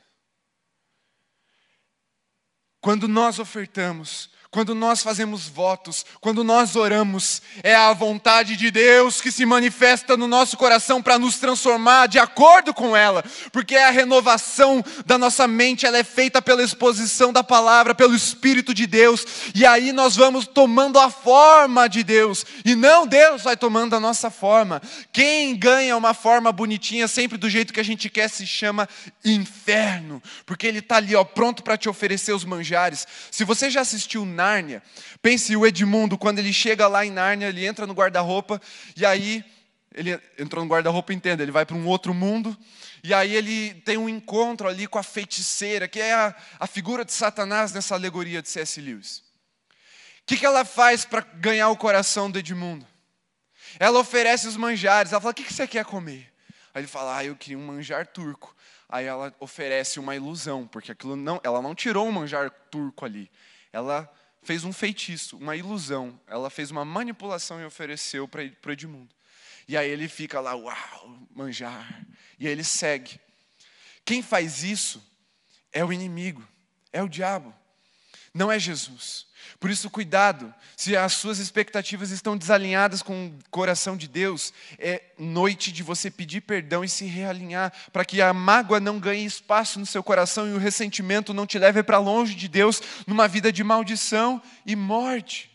Quando nós ofertamos, quando nós fazemos votos, quando nós oramos, é a vontade de Deus que se manifesta no nosso coração para nos transformar de acordo com ela. Porque a renovação da nossa mente, ela é feita pela exposição da palavra, pelo Espírito de Deus. E aí nós vamos tomando a forma de Deus. E não Deus vai tomando a nossa forma. Quem ganha uma forma bonitinha, sempre do jeito que a gente quer, se chama inferno. Porque ele está ali, pronto para te oferecer os manjares. Se você já assistiu Nárnia, pense o Edmundo, quando ele chega lá em Nárnia, ele entra no guarda-roupa, e aí, ele entrou no guarda-roupa, entenda, ele vai para um outro mundo, e aí ele tem um encontro ali com a feiticeira, que é a figura de Satanás nessa alegoria de C.S. Lewis. O que ela faz para ganhar o coração do Edmundo? Ela oferece os manjares, ela fala: o que você quer comer? Aí ele fala: eu queria um manjar turco. Aí ela oferece uma ilusão, porque ela não tirou um manjar turco ali, ela fez um feitiço, uma ilusão. Ela fez uma manipulação e ofereceu para o Edmundo. E aí ele fica lá, uau, manjar. E aí ele segue. Quem faz isso é o inimigo, é o diabo. Não é Jesus. Por isso, cuidado. Se as suas expectativas estão desalinhadas com o coração de Deus, é noite de você pedir perdão e se realinhar, para que a mágoa não ganhe espaço no seu coração e o ressentimento não te leve para longe de Deus, numa vida de maldição e morte.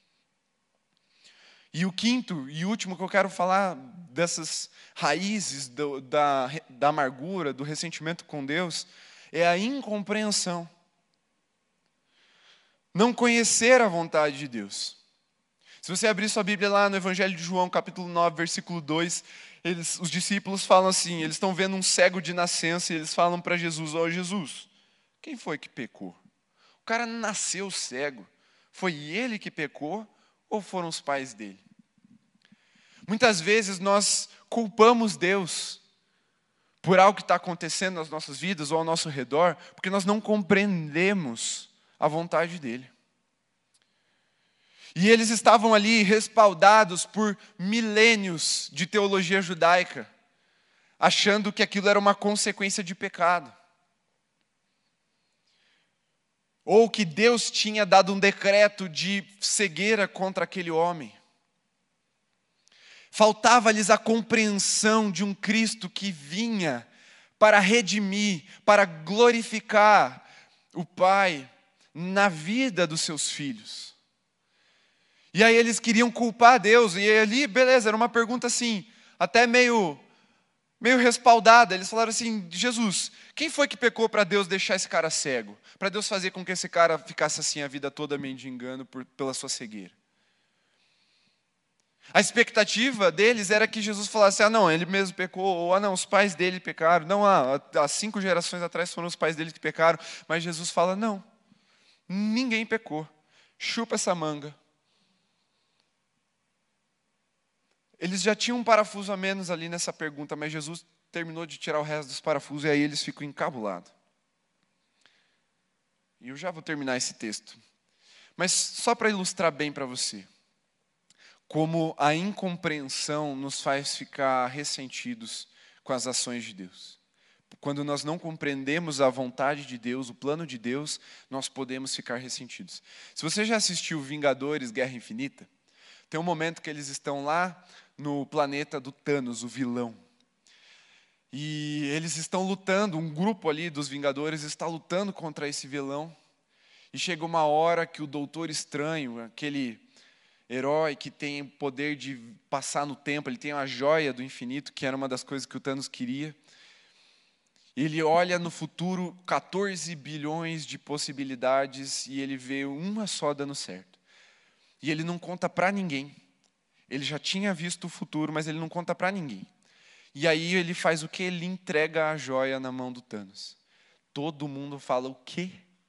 E o quinto e último que eu quero falar dessas raízes da amargura, do ressentimento com Deus, é a incompreensão. Não conhecer a vontade de Deus. Se você abrir sua Bíblia lá no Evangelho de João, capítulo 9, versículo 2, os discípulos falam assim, eles estão vendo um cego de nascença e eles falam para Jesus, ó Jesus, quem foi que pecou? O cara nasceu cego. Foi ele que pecou ou foram os pais dele? Muitas vezes nós culpamos Deus por algo que está acontecendo nas nossas vidas ou ao nosso redor, porque nós não compreendemos a vontade dele. E eles estavam ali respaldados por milênios de teologia judaica, achando que aquilo era uma consequência de pecado. Ou que Deus tinha dado um decreto de cegueira contra aquele homem. Faltava-lhes a compreensão de um Cristo que vinha para redimir, para glorificar o Pai na vida dos seus filhos. E aí eles queriam culpar Deus, e ali, beleza, era uma pergunta assim, até meio respaldada. Eles falaram assim, Jesus, quem foi que pecou para Deus deixar esse cara cego? Para Deus fazer com que esse cara ficasse assim a vida toda mendigando pela sua cegueira? A expectativa deles era que Jesus falasse, não, ele mesmo pecou, ou não, os pais dele pecaram, não, há 5 gerações atrás foram os pais dele que pecaram, mas Jesus fala, não, ninguém pecou, chupa essa manga. Eles já tinham um parafuso a menos ali nessa pergunta, mas Jesus terminou de tirar o resto dos parafusos e aí eles ficam encabulados. E eu já vou terminar esse texto. Mas só para ilustrar bem para você, como a incompreensão nos faz ficar ressentidos com as ações de Deus. Quando nós não compreendemos a vontade de Deus, o plano de Deus, nós podemos ficar ressentidos. Se você já assistiu Vingadores, Guerra Infinita, tem um momento que eles estão lá no planeta do Thanos, o vilão. E eles estão lutando, um grupo ali dos Vingadores está lutando contra esse vilão. E chega uma hora que o Doutor Estranho, aquele herói que tem o poder de passar no tempo, ele tem a joia do infinito, que era uma das coisas que o Thanos queria. Ele olha no futuro 14 bilhões de possibilidades e ele vê uma só dando certo. E ele não conta para ninguém. Ele já tinha visto o futuro, mas ele não conta para ninguém. E aí ele faz o quê? Ele entrega a joia na mão do Thanos. Todo mundo fala, o quê?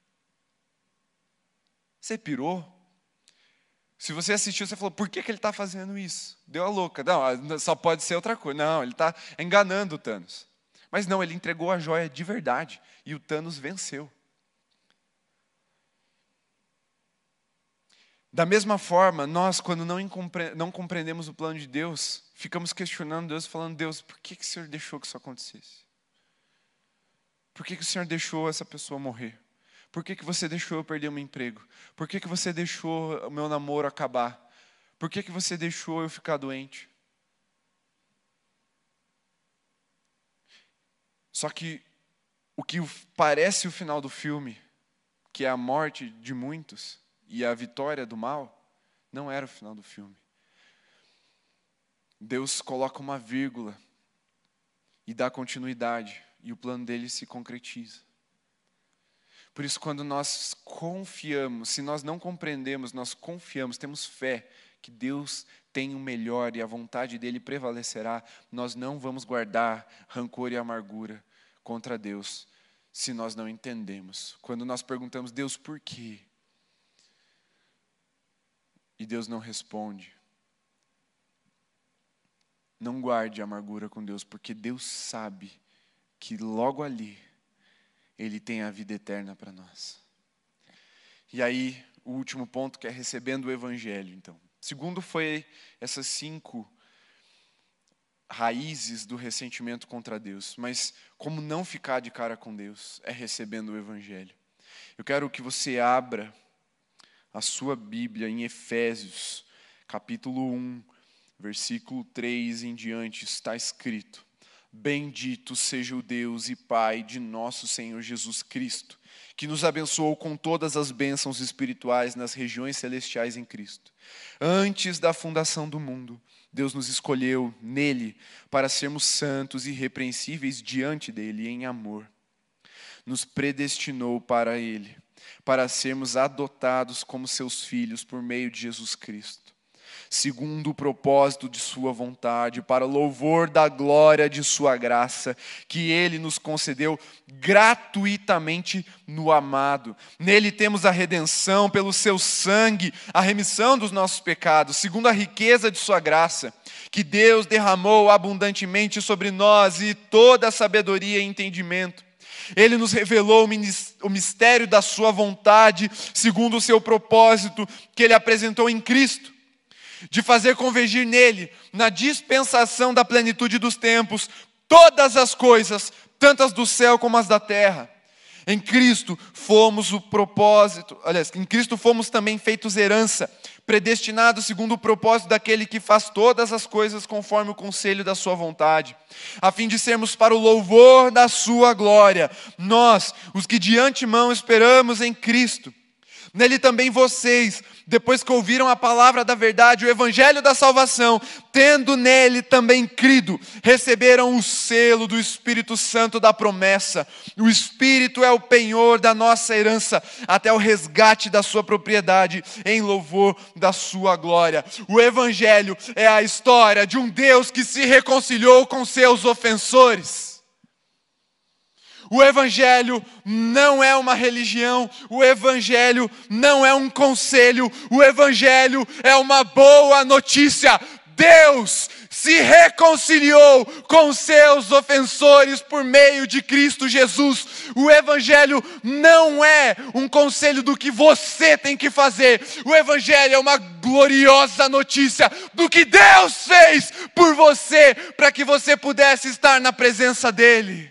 Você pirou? Se você assistiu, você falou, por que ele está fazendo isso? Deu a louca. Não, só pode ser outra coisa. Não, ele está enganando o Thanos. Mas não, ele entregou a joia de verdade. E o Thanos venceu. Da mesma forma, nós, quando não compreendemos o plano de Deus, ficamos questionando Deus, falando, Deus, por que o Senhor deixou que isso acontecesse? Por que o Senhor deixou essa pessoa morrer? Por que você deixou eu perder o meu emprego? Por que você deixou o meu namoro acabar? Por que você deixou eu ficar doente? Só que o que parece o final do filme, que é a morte de muitos e a vitória do mal, não era o final do filme. Deus coloca uma vírgula e dá continuidade, e o plano dele se concretiza. Por isso, quando nós confiamos, se nós não compreendemos, nós confiamos, temos fé que Deus tem o melhor e a vontade dele prevalecerá, nós não vamos guardar rancor e amargura contra Deus, se nós não entendemos. Quando nós perguntamos, Deus, por quê? E Deus não responde. Não guarde amargura com Deus, porque Deus sabe que logo ali Ele tem a vida eterna para nós. E aí, o último ponto, que é recebendo o Evangelho, então. Segundo foi essas 5 raízes do ressentimento contra Deus. Mas como não ficar de cara com Deus? É recebendo o Evangelho. Eu quero que você abra a sua Bíblia em Efésios, capítulo 1, versículo 3 em diante, está escrito: Bendito seja o Deus e Pai de nosso Senhor Jesus Cristo, que nos abençoou com todas as bênçãos espirituais nas regiões celestiais em Cristo. Antes da fundação do mundo, Deus nos escolheu nele para sermos santos e irrepreensíveis diante dele em amor. Nos predestinou para ele, para sermos adotados como seus filhos por meio de Jesus Cristo, segundo o propósito de sua vontade, para o louvor da glória de sua graça, que ele nos concedeu gratuitamente no amado. Nele temos a redenção pelo seu sangue, a remissão dos nossos pecados, segundo a riqueza de sua graça, que Deus derramou abundantemente sobre nós e toda a sabedoria e entendimento. Ele nos revelou o mistério da sua vontade, segundo o seu propósito, que ele apresentou em Cristo, de fazer convergir nele, na dispensação da plenitude dos tempos, todas as coisas, tanto as do céu como as da terra. Em Cristo fomos o propósito, aliás, em Cristo fomos também feitos herança, predestinados segundo o propósito daquele que faz todas as coisas conforme o conselho da sua vontade, a fim de sermos para o louvor da sua glória, nós, os que de antemão esperamos em Cristo. Nele também vocês, depois que ouviram a palavra da verdade, o evangelho da salvação, tendo nele também crido, receberam o selo do Espírito Santo da promessa. O Espírito é o penhor da nossa herança, até o resgate da sua propriedade, em louvor da sua glória. O evangelho é a história de um Deus que se reconciliou com seus ofensores. O evangelho não é uma religião, o evangelho não é um conselho, o evangelho é uma boa notícia. Deus se reconciliou com seus ofensores por meio de Cristo Jesus. O evangelho não é um conselho do que você tem que fazer. O evangelho é uma gloriosa notícia do que Deus fez por você, para que você pudesse estar na presença dele.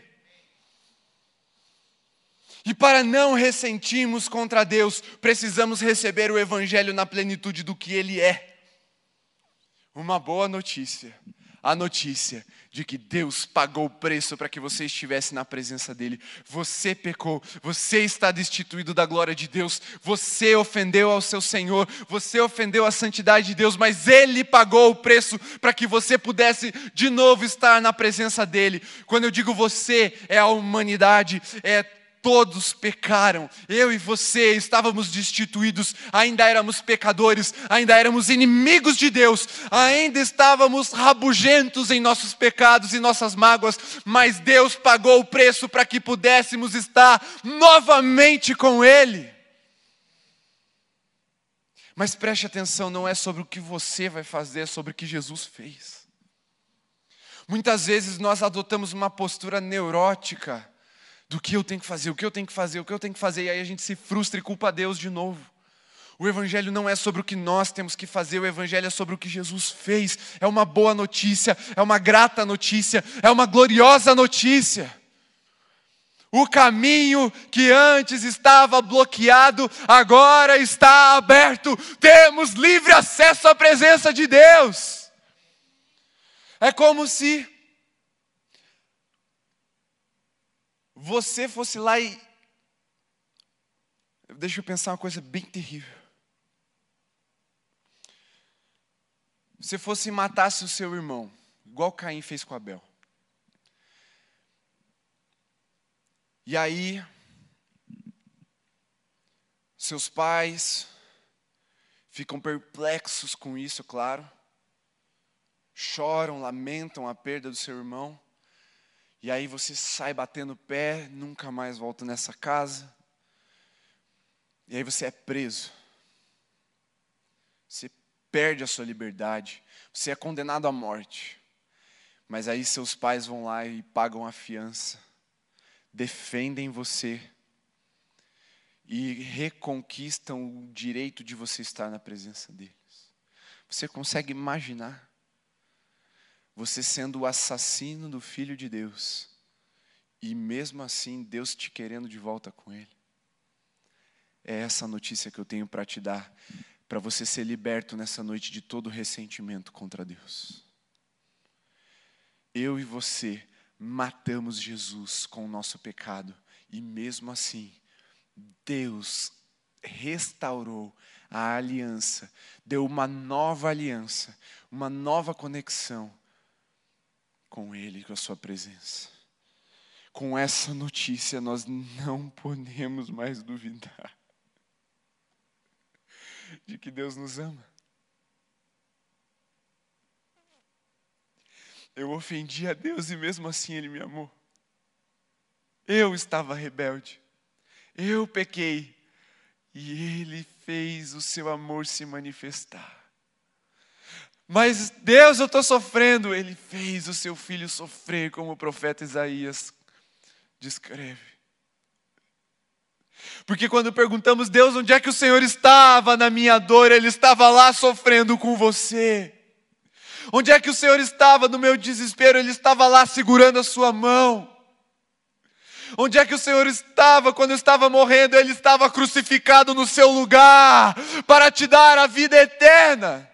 E para não ressentirmos contra Deus, precisamos receber o evangelho na plenitude do que ele é. Uma boa notícia, a notícia de que Deus pagou o preço para que você estivesse na presença dele. Você pecou, você está destituído da glória de Deus, você ofendeu ao seu Senhor, você ofendeu a santidade de Deus, mas ele pagou o preço para que você pudesse de novo estar na presença dele. Quando eu digo você, é a humanidade, todos pecaram, eu e você estávamos destituídos, ainda éramos pecadores, ainda éramos inimigos de Deus, ainda estávamos rabugentos em nossos pecados e nossas mágoas, mas Deus pagou o preço para que pudéssemos estar novamente com Ele. Mas preste atenção, não é sobre o que você vai fazer, é sobre o que Jesus fez. Muitas vezes nós adotamos uma postura neurótica, do que eu tenho que fazer, o que eu tenho que fazer, o que eu tenho que fazer, e aí a gente se frustra e culpa a Deus de novo. O evangelho não é sobre o que nós temos que fazer, o evangelho é sobre o que Jesus fez. É uma boa notícia, é uma grata notícia, é uma gloriosa notícia. O caminho que antes estava bloqueado, agora está aberto. Temos livre acesso à presença de Deus. É como se você fosse lá e... Deixa eu pensar uma coisa bem terrível. Você fosse e matasse o seu irmão, igual Caim fez com Abel. E aí, seus pais ficam perplexos com isso, claro. Choram, lamentam a perda do seu irmão. E aí você sai batendo o pé, nunca mais volta nessa casa. E aí você é preso. Você perde a sua liberdade. Você é condenado à morte. Mas aí seus pais vão lá e pagam a fiança. Defendem você. E reconquistam o direito de você estar na presença deles. Você consegue imaginar? Você sendo o assassino do Filho de Deus, e mesmo assim Deus te querendo de volta com Ele. É essa notícia que eu tenho para te dar, para você ser liberto nessa noite de todo ressentimento contra Deus. Eu e você matamos Jesus com o nosso pecado, e mesmo assim, Deus restaurou a aliança, deu uma nova aliança, uma nova conexão com Ele, com a sua presença. Com essa notícia nós não podemos mais duvidar de que Deus nos ama. Eu ofendi a Deus e mesmo assim Ele me amou. Eu estava rebelde. Eu pequei. E Ele fez o seu amor se manifestar. Mas Deus, eu estou sofrendo. Ele fez o seu filho sofrer, como o profeta Isaías descreve. Porque quando perguntamos, Deus, onde é que o Senhor estava na minha dor? Ele estava lá sofrendo com você. Onde é que o Senhor estava no meu desespero? Ele estava lá segurando a sua mão. Onde é que o Senhor estava quando eu estava morrendo? Ele estava crucificado no seu lugar para te dar a vida eterna.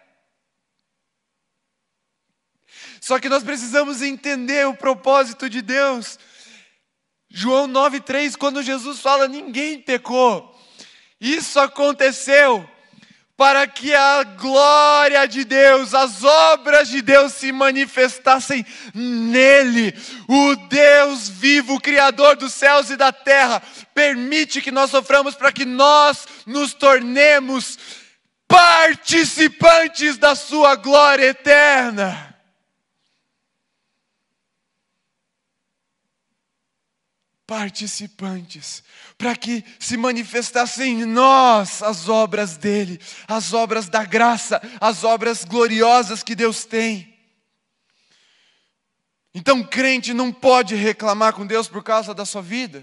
Só que nós precisamos entender o propósito de Deus. João 9,3, quando Jesus fala, ninguém pecou. Isso aconteceu para que a glória de Deus, as obras de Deus se manifestassem nele. O Deus vivo, o Criador dos céus e da terra, permite que nós soframos para que nós nos tornemos participantes da sua glória eterna. Participantes, para que se manifestassem em nós as obras dele, as obras da graça, as obras gloriosas que Deus tem. Então, crente não pode reclamar com Deus por causa da sua vida.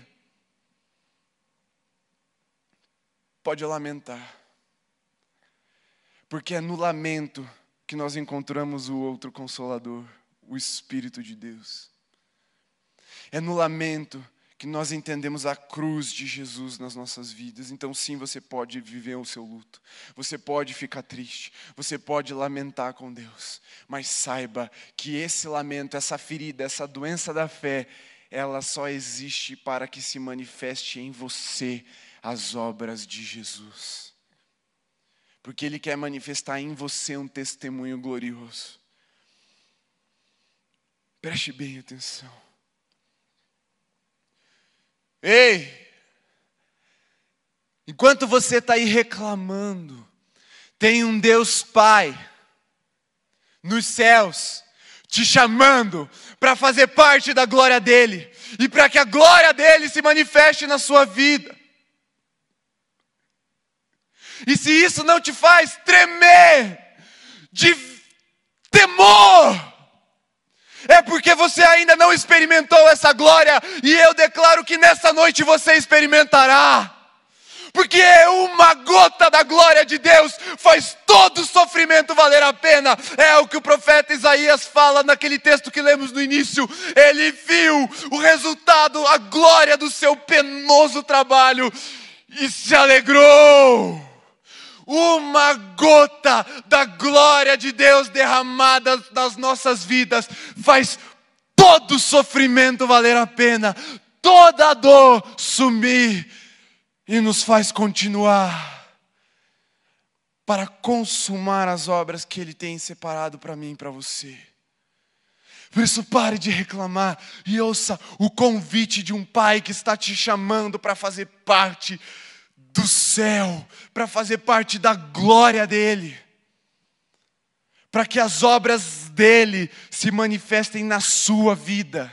Pode lamentar, porque é no lamento que nós encontramos o outro Consolador, o Espírito de Deus. É no lamento que nós entendemos a cruz de Jesus nas nossas vidas. Então sim, você pode viver o seu luto. Você pode ficar triste. Você pode lamentar com Deus. Mas saiba que esse lamento, essa ferida, essa doença da fé, ela só existe para que se manifeste em você as obras de Jesus. Porque Ele quer manifestar em você um testemunho glorioso. Preste bem atenção. Ei, enquanto você está aí reclamando, tem um Deus Pai nos céus te chamando para fazer parte da glória dele e para que a glória dele se manifeste na sua vida. E se isso não te faz tremer de temor, é porque você ainda não experimentou essa glória, e eu declaro que nessa noite você experimentará. Porque uma gota da glória de Deus faz todo o sofrimento valer a pena. É o que o profeta Isaías fala naquele texto que lemos no início. Ele viu o resultado, a glória do seu penoso trabalho e se alegrou. Uma gota da glória de Deus derramada nas nossas vidas faz todo o sofrimento valer a pena, toda a dor sumir e nos faz continuar para consumar as obras que Ele tem separado para mim e para você. Por isso pare de reclamar e ouça o convite de um Pai que está te chamando para fazer parte do céu, para fazer parte da glória dEle, para que as obras dEle se manifestem na sua vida.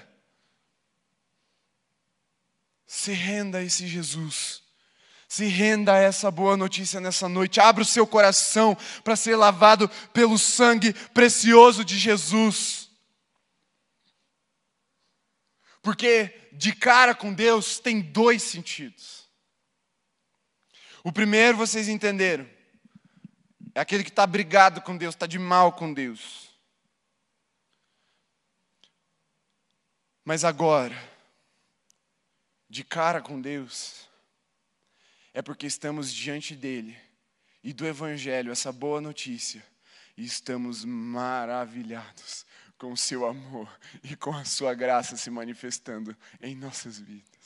Se renda a esse Jesus, se renda a essa boa notícia nessa noite, abra o seu coração para ser lavado pelo sangue precioso de Jesus. Porque de cara com Deus tem dois sentidos. O primeiro, vocês entenderam, é aquele que está brigado com Deus, está de mal com Deus. Mas agora, de cara com Deus, é porque estamos diante dEle e do Evangelho, essa boa notícia, e estamos maravilhados com o seu amor e com a sua graça se manifestando em nossas vidas.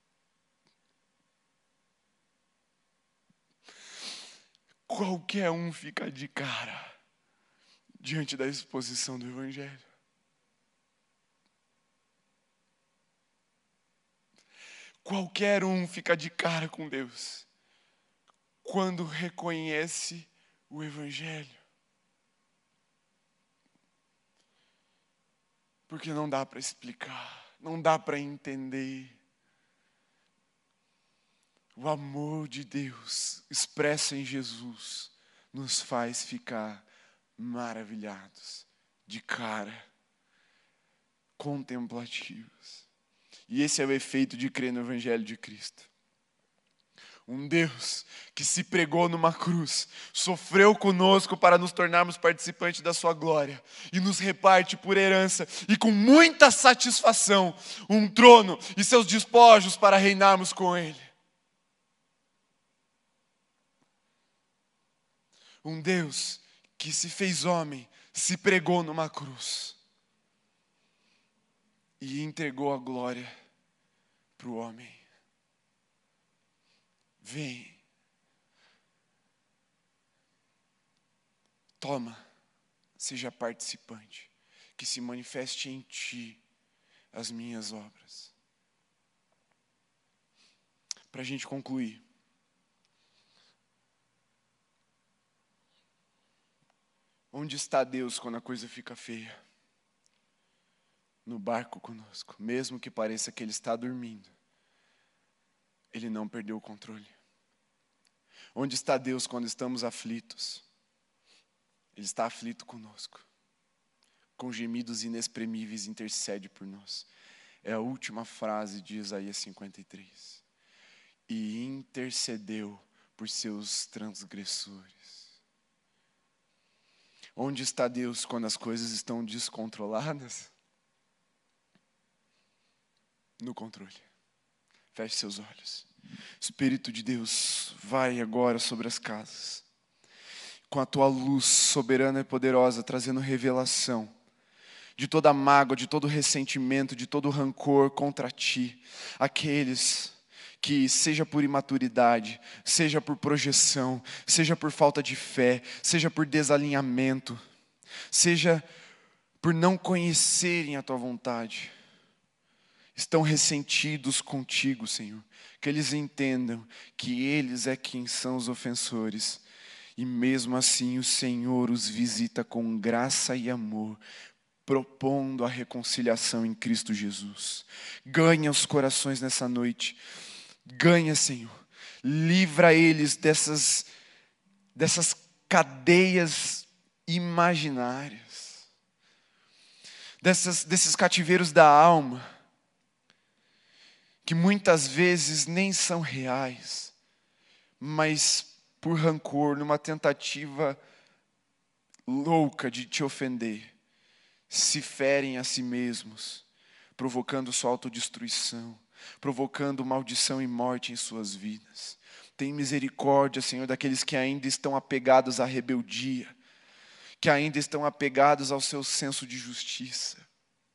Qualquer um fica de cara diante da exposição do Evangelho. Qualquer um fica de cara com Deus quando reconhece o Evangelho. Porque não dá para explicar, não dá para entender. O amor de Deus expresso em Jesus nos faz ficar maravilhados, de cara, contemplativos. E esse é o efeito de crer no Evangelho de Cristo. Um Deus que se pregou numa cruz, sofreu conosco para nos tornarmos participantes da sua glória e nos reparte por herança e com muita satisfação um trono e seus despojos para reinarmos com Ele. Um Deus que se fez homem, se pregou numa cruz e entregou a glória para o homem. Vem, toma, seja participante, que se manifeste em ti as minhas obras. Para a gente concluir, onde está Deus quando a coisa fica feia? No barco conosco, mesmo que pareça que Ele está dormindo, Ele não perdeu o controle. Onde está Deus quando estamos aflitos? Ele está aflito conosco. Com gemidos inexprimíveis intercede por nós. É a última frase de Isaías 53. E intercedeu por seus transgressores. Onde está Deus quando as coisas estão descontroladas? No controle. Feche seus olhos. Espírito de Deus, vai agora sobre as casas, com a tua luz soberana e poderosa, trazendo revelação de toda mágoa, de todo ressentimento, de todo rancor contra ti. Aqueles que, seja por imaturidade, seja por projeção, seja por falta de fé, seja por desalinhamento, seja por não conhecerem a tua vontade, estão ressentidos contigo, Senhor. Que eles entendam que eles é quem são os ofensores. E mesmo assim o Senhor os visita com graça e amor, propondo a reconciliação em Cristo Jesus. Ganha os corações nessa noite. Ganha, Senhor. Livra eles dessas cadeias imaginárias. Desses cativeiros da alma, que muitas vezes nem são reais, mas por rancor, numa tentativa louca de te ofender, se ferem a si mesmos, provocando sua autodestruição, provocando maldição e morte em suas vidas. Tem misericórdia, Senhor, daqueles que ainda estão apegados à rebeldia, que ainda estão apegados ao seu senso de justiça.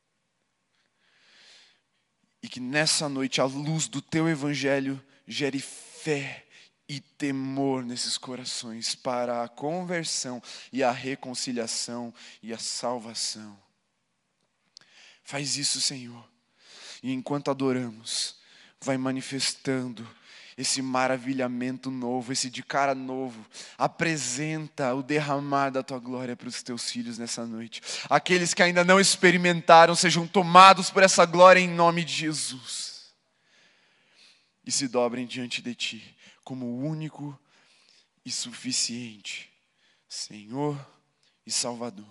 E que nessa noite a luz do teu evangelho gere fé e temor nesses corações para a conversão e a reconciliação e a salvação. Faz isso, Senhor. E enquanto adoramos, vai manifestando esse maravilhamento novo, esse de cara novo. Apresenta o derramar da tua glória para os teus filhos nessa noite. Aqueles que ainda não experimentaram, sejam tomados por essa glória em nome de Jesus. E se dobrem diante de ti, como o único e suficiente Senhor e Salvador.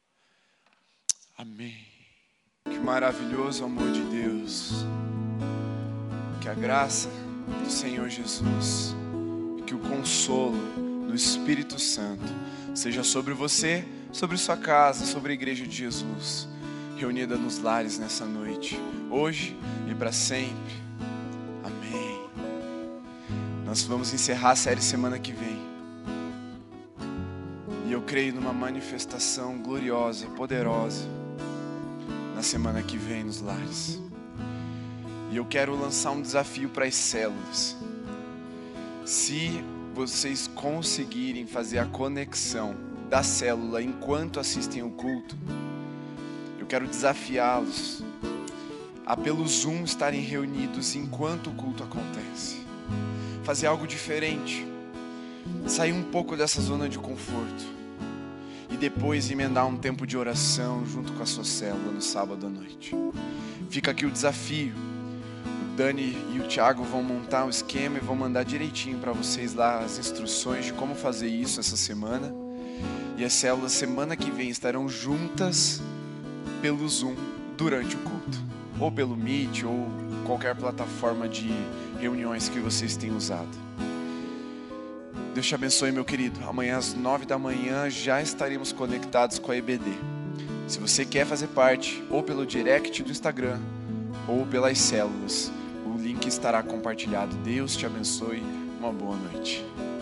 Amém. Que maravilhoso amor de Deus. Que a graça do Senhor Jesus, que o consolo do Espírito Santo seja sobre você, sobre sua casa, sobre a igreja de Jesus, reunida nos lares nessa noite, hoje e para sempre. Amém. Nós vamos encerrar a série semana que vem. E eu creio numa manifestação gloriosa, poderosa, na semana que vem nos lares. E eu quero lançar um desafio para as células. Se vocês conseguirem fazer a conexão da célula enquanto assistem o culto, eu quero desafiá-los a pelo Zoom estarem reunidos enquanto o culto acontece. Fazer algo diferente. Sair um pouco dessa zona de conforto. e depois emendar um tempo de oração junto com a sua célula no sábado à noite. Fica aqui o desafio. O Dani e o Thiago vão montar um esquema e vão mandar direitinho para vocês lá as instruções de como fazer isso essa semana. E as células semana que vem estarão juntas pelo Zoom durante o culto, ou pelo Meet, ou qualquer plataforma de reuniões que vocês tenham usado. Deus te abençoe, meu querido. Amanhã às 9 da manhã já estaremos conectados com a EBD. Se você quer fazer parte, ou pelo direct do Instagram, ou pelas células, o link estará compartilhado. Deus te abençoe. Uma boa noite.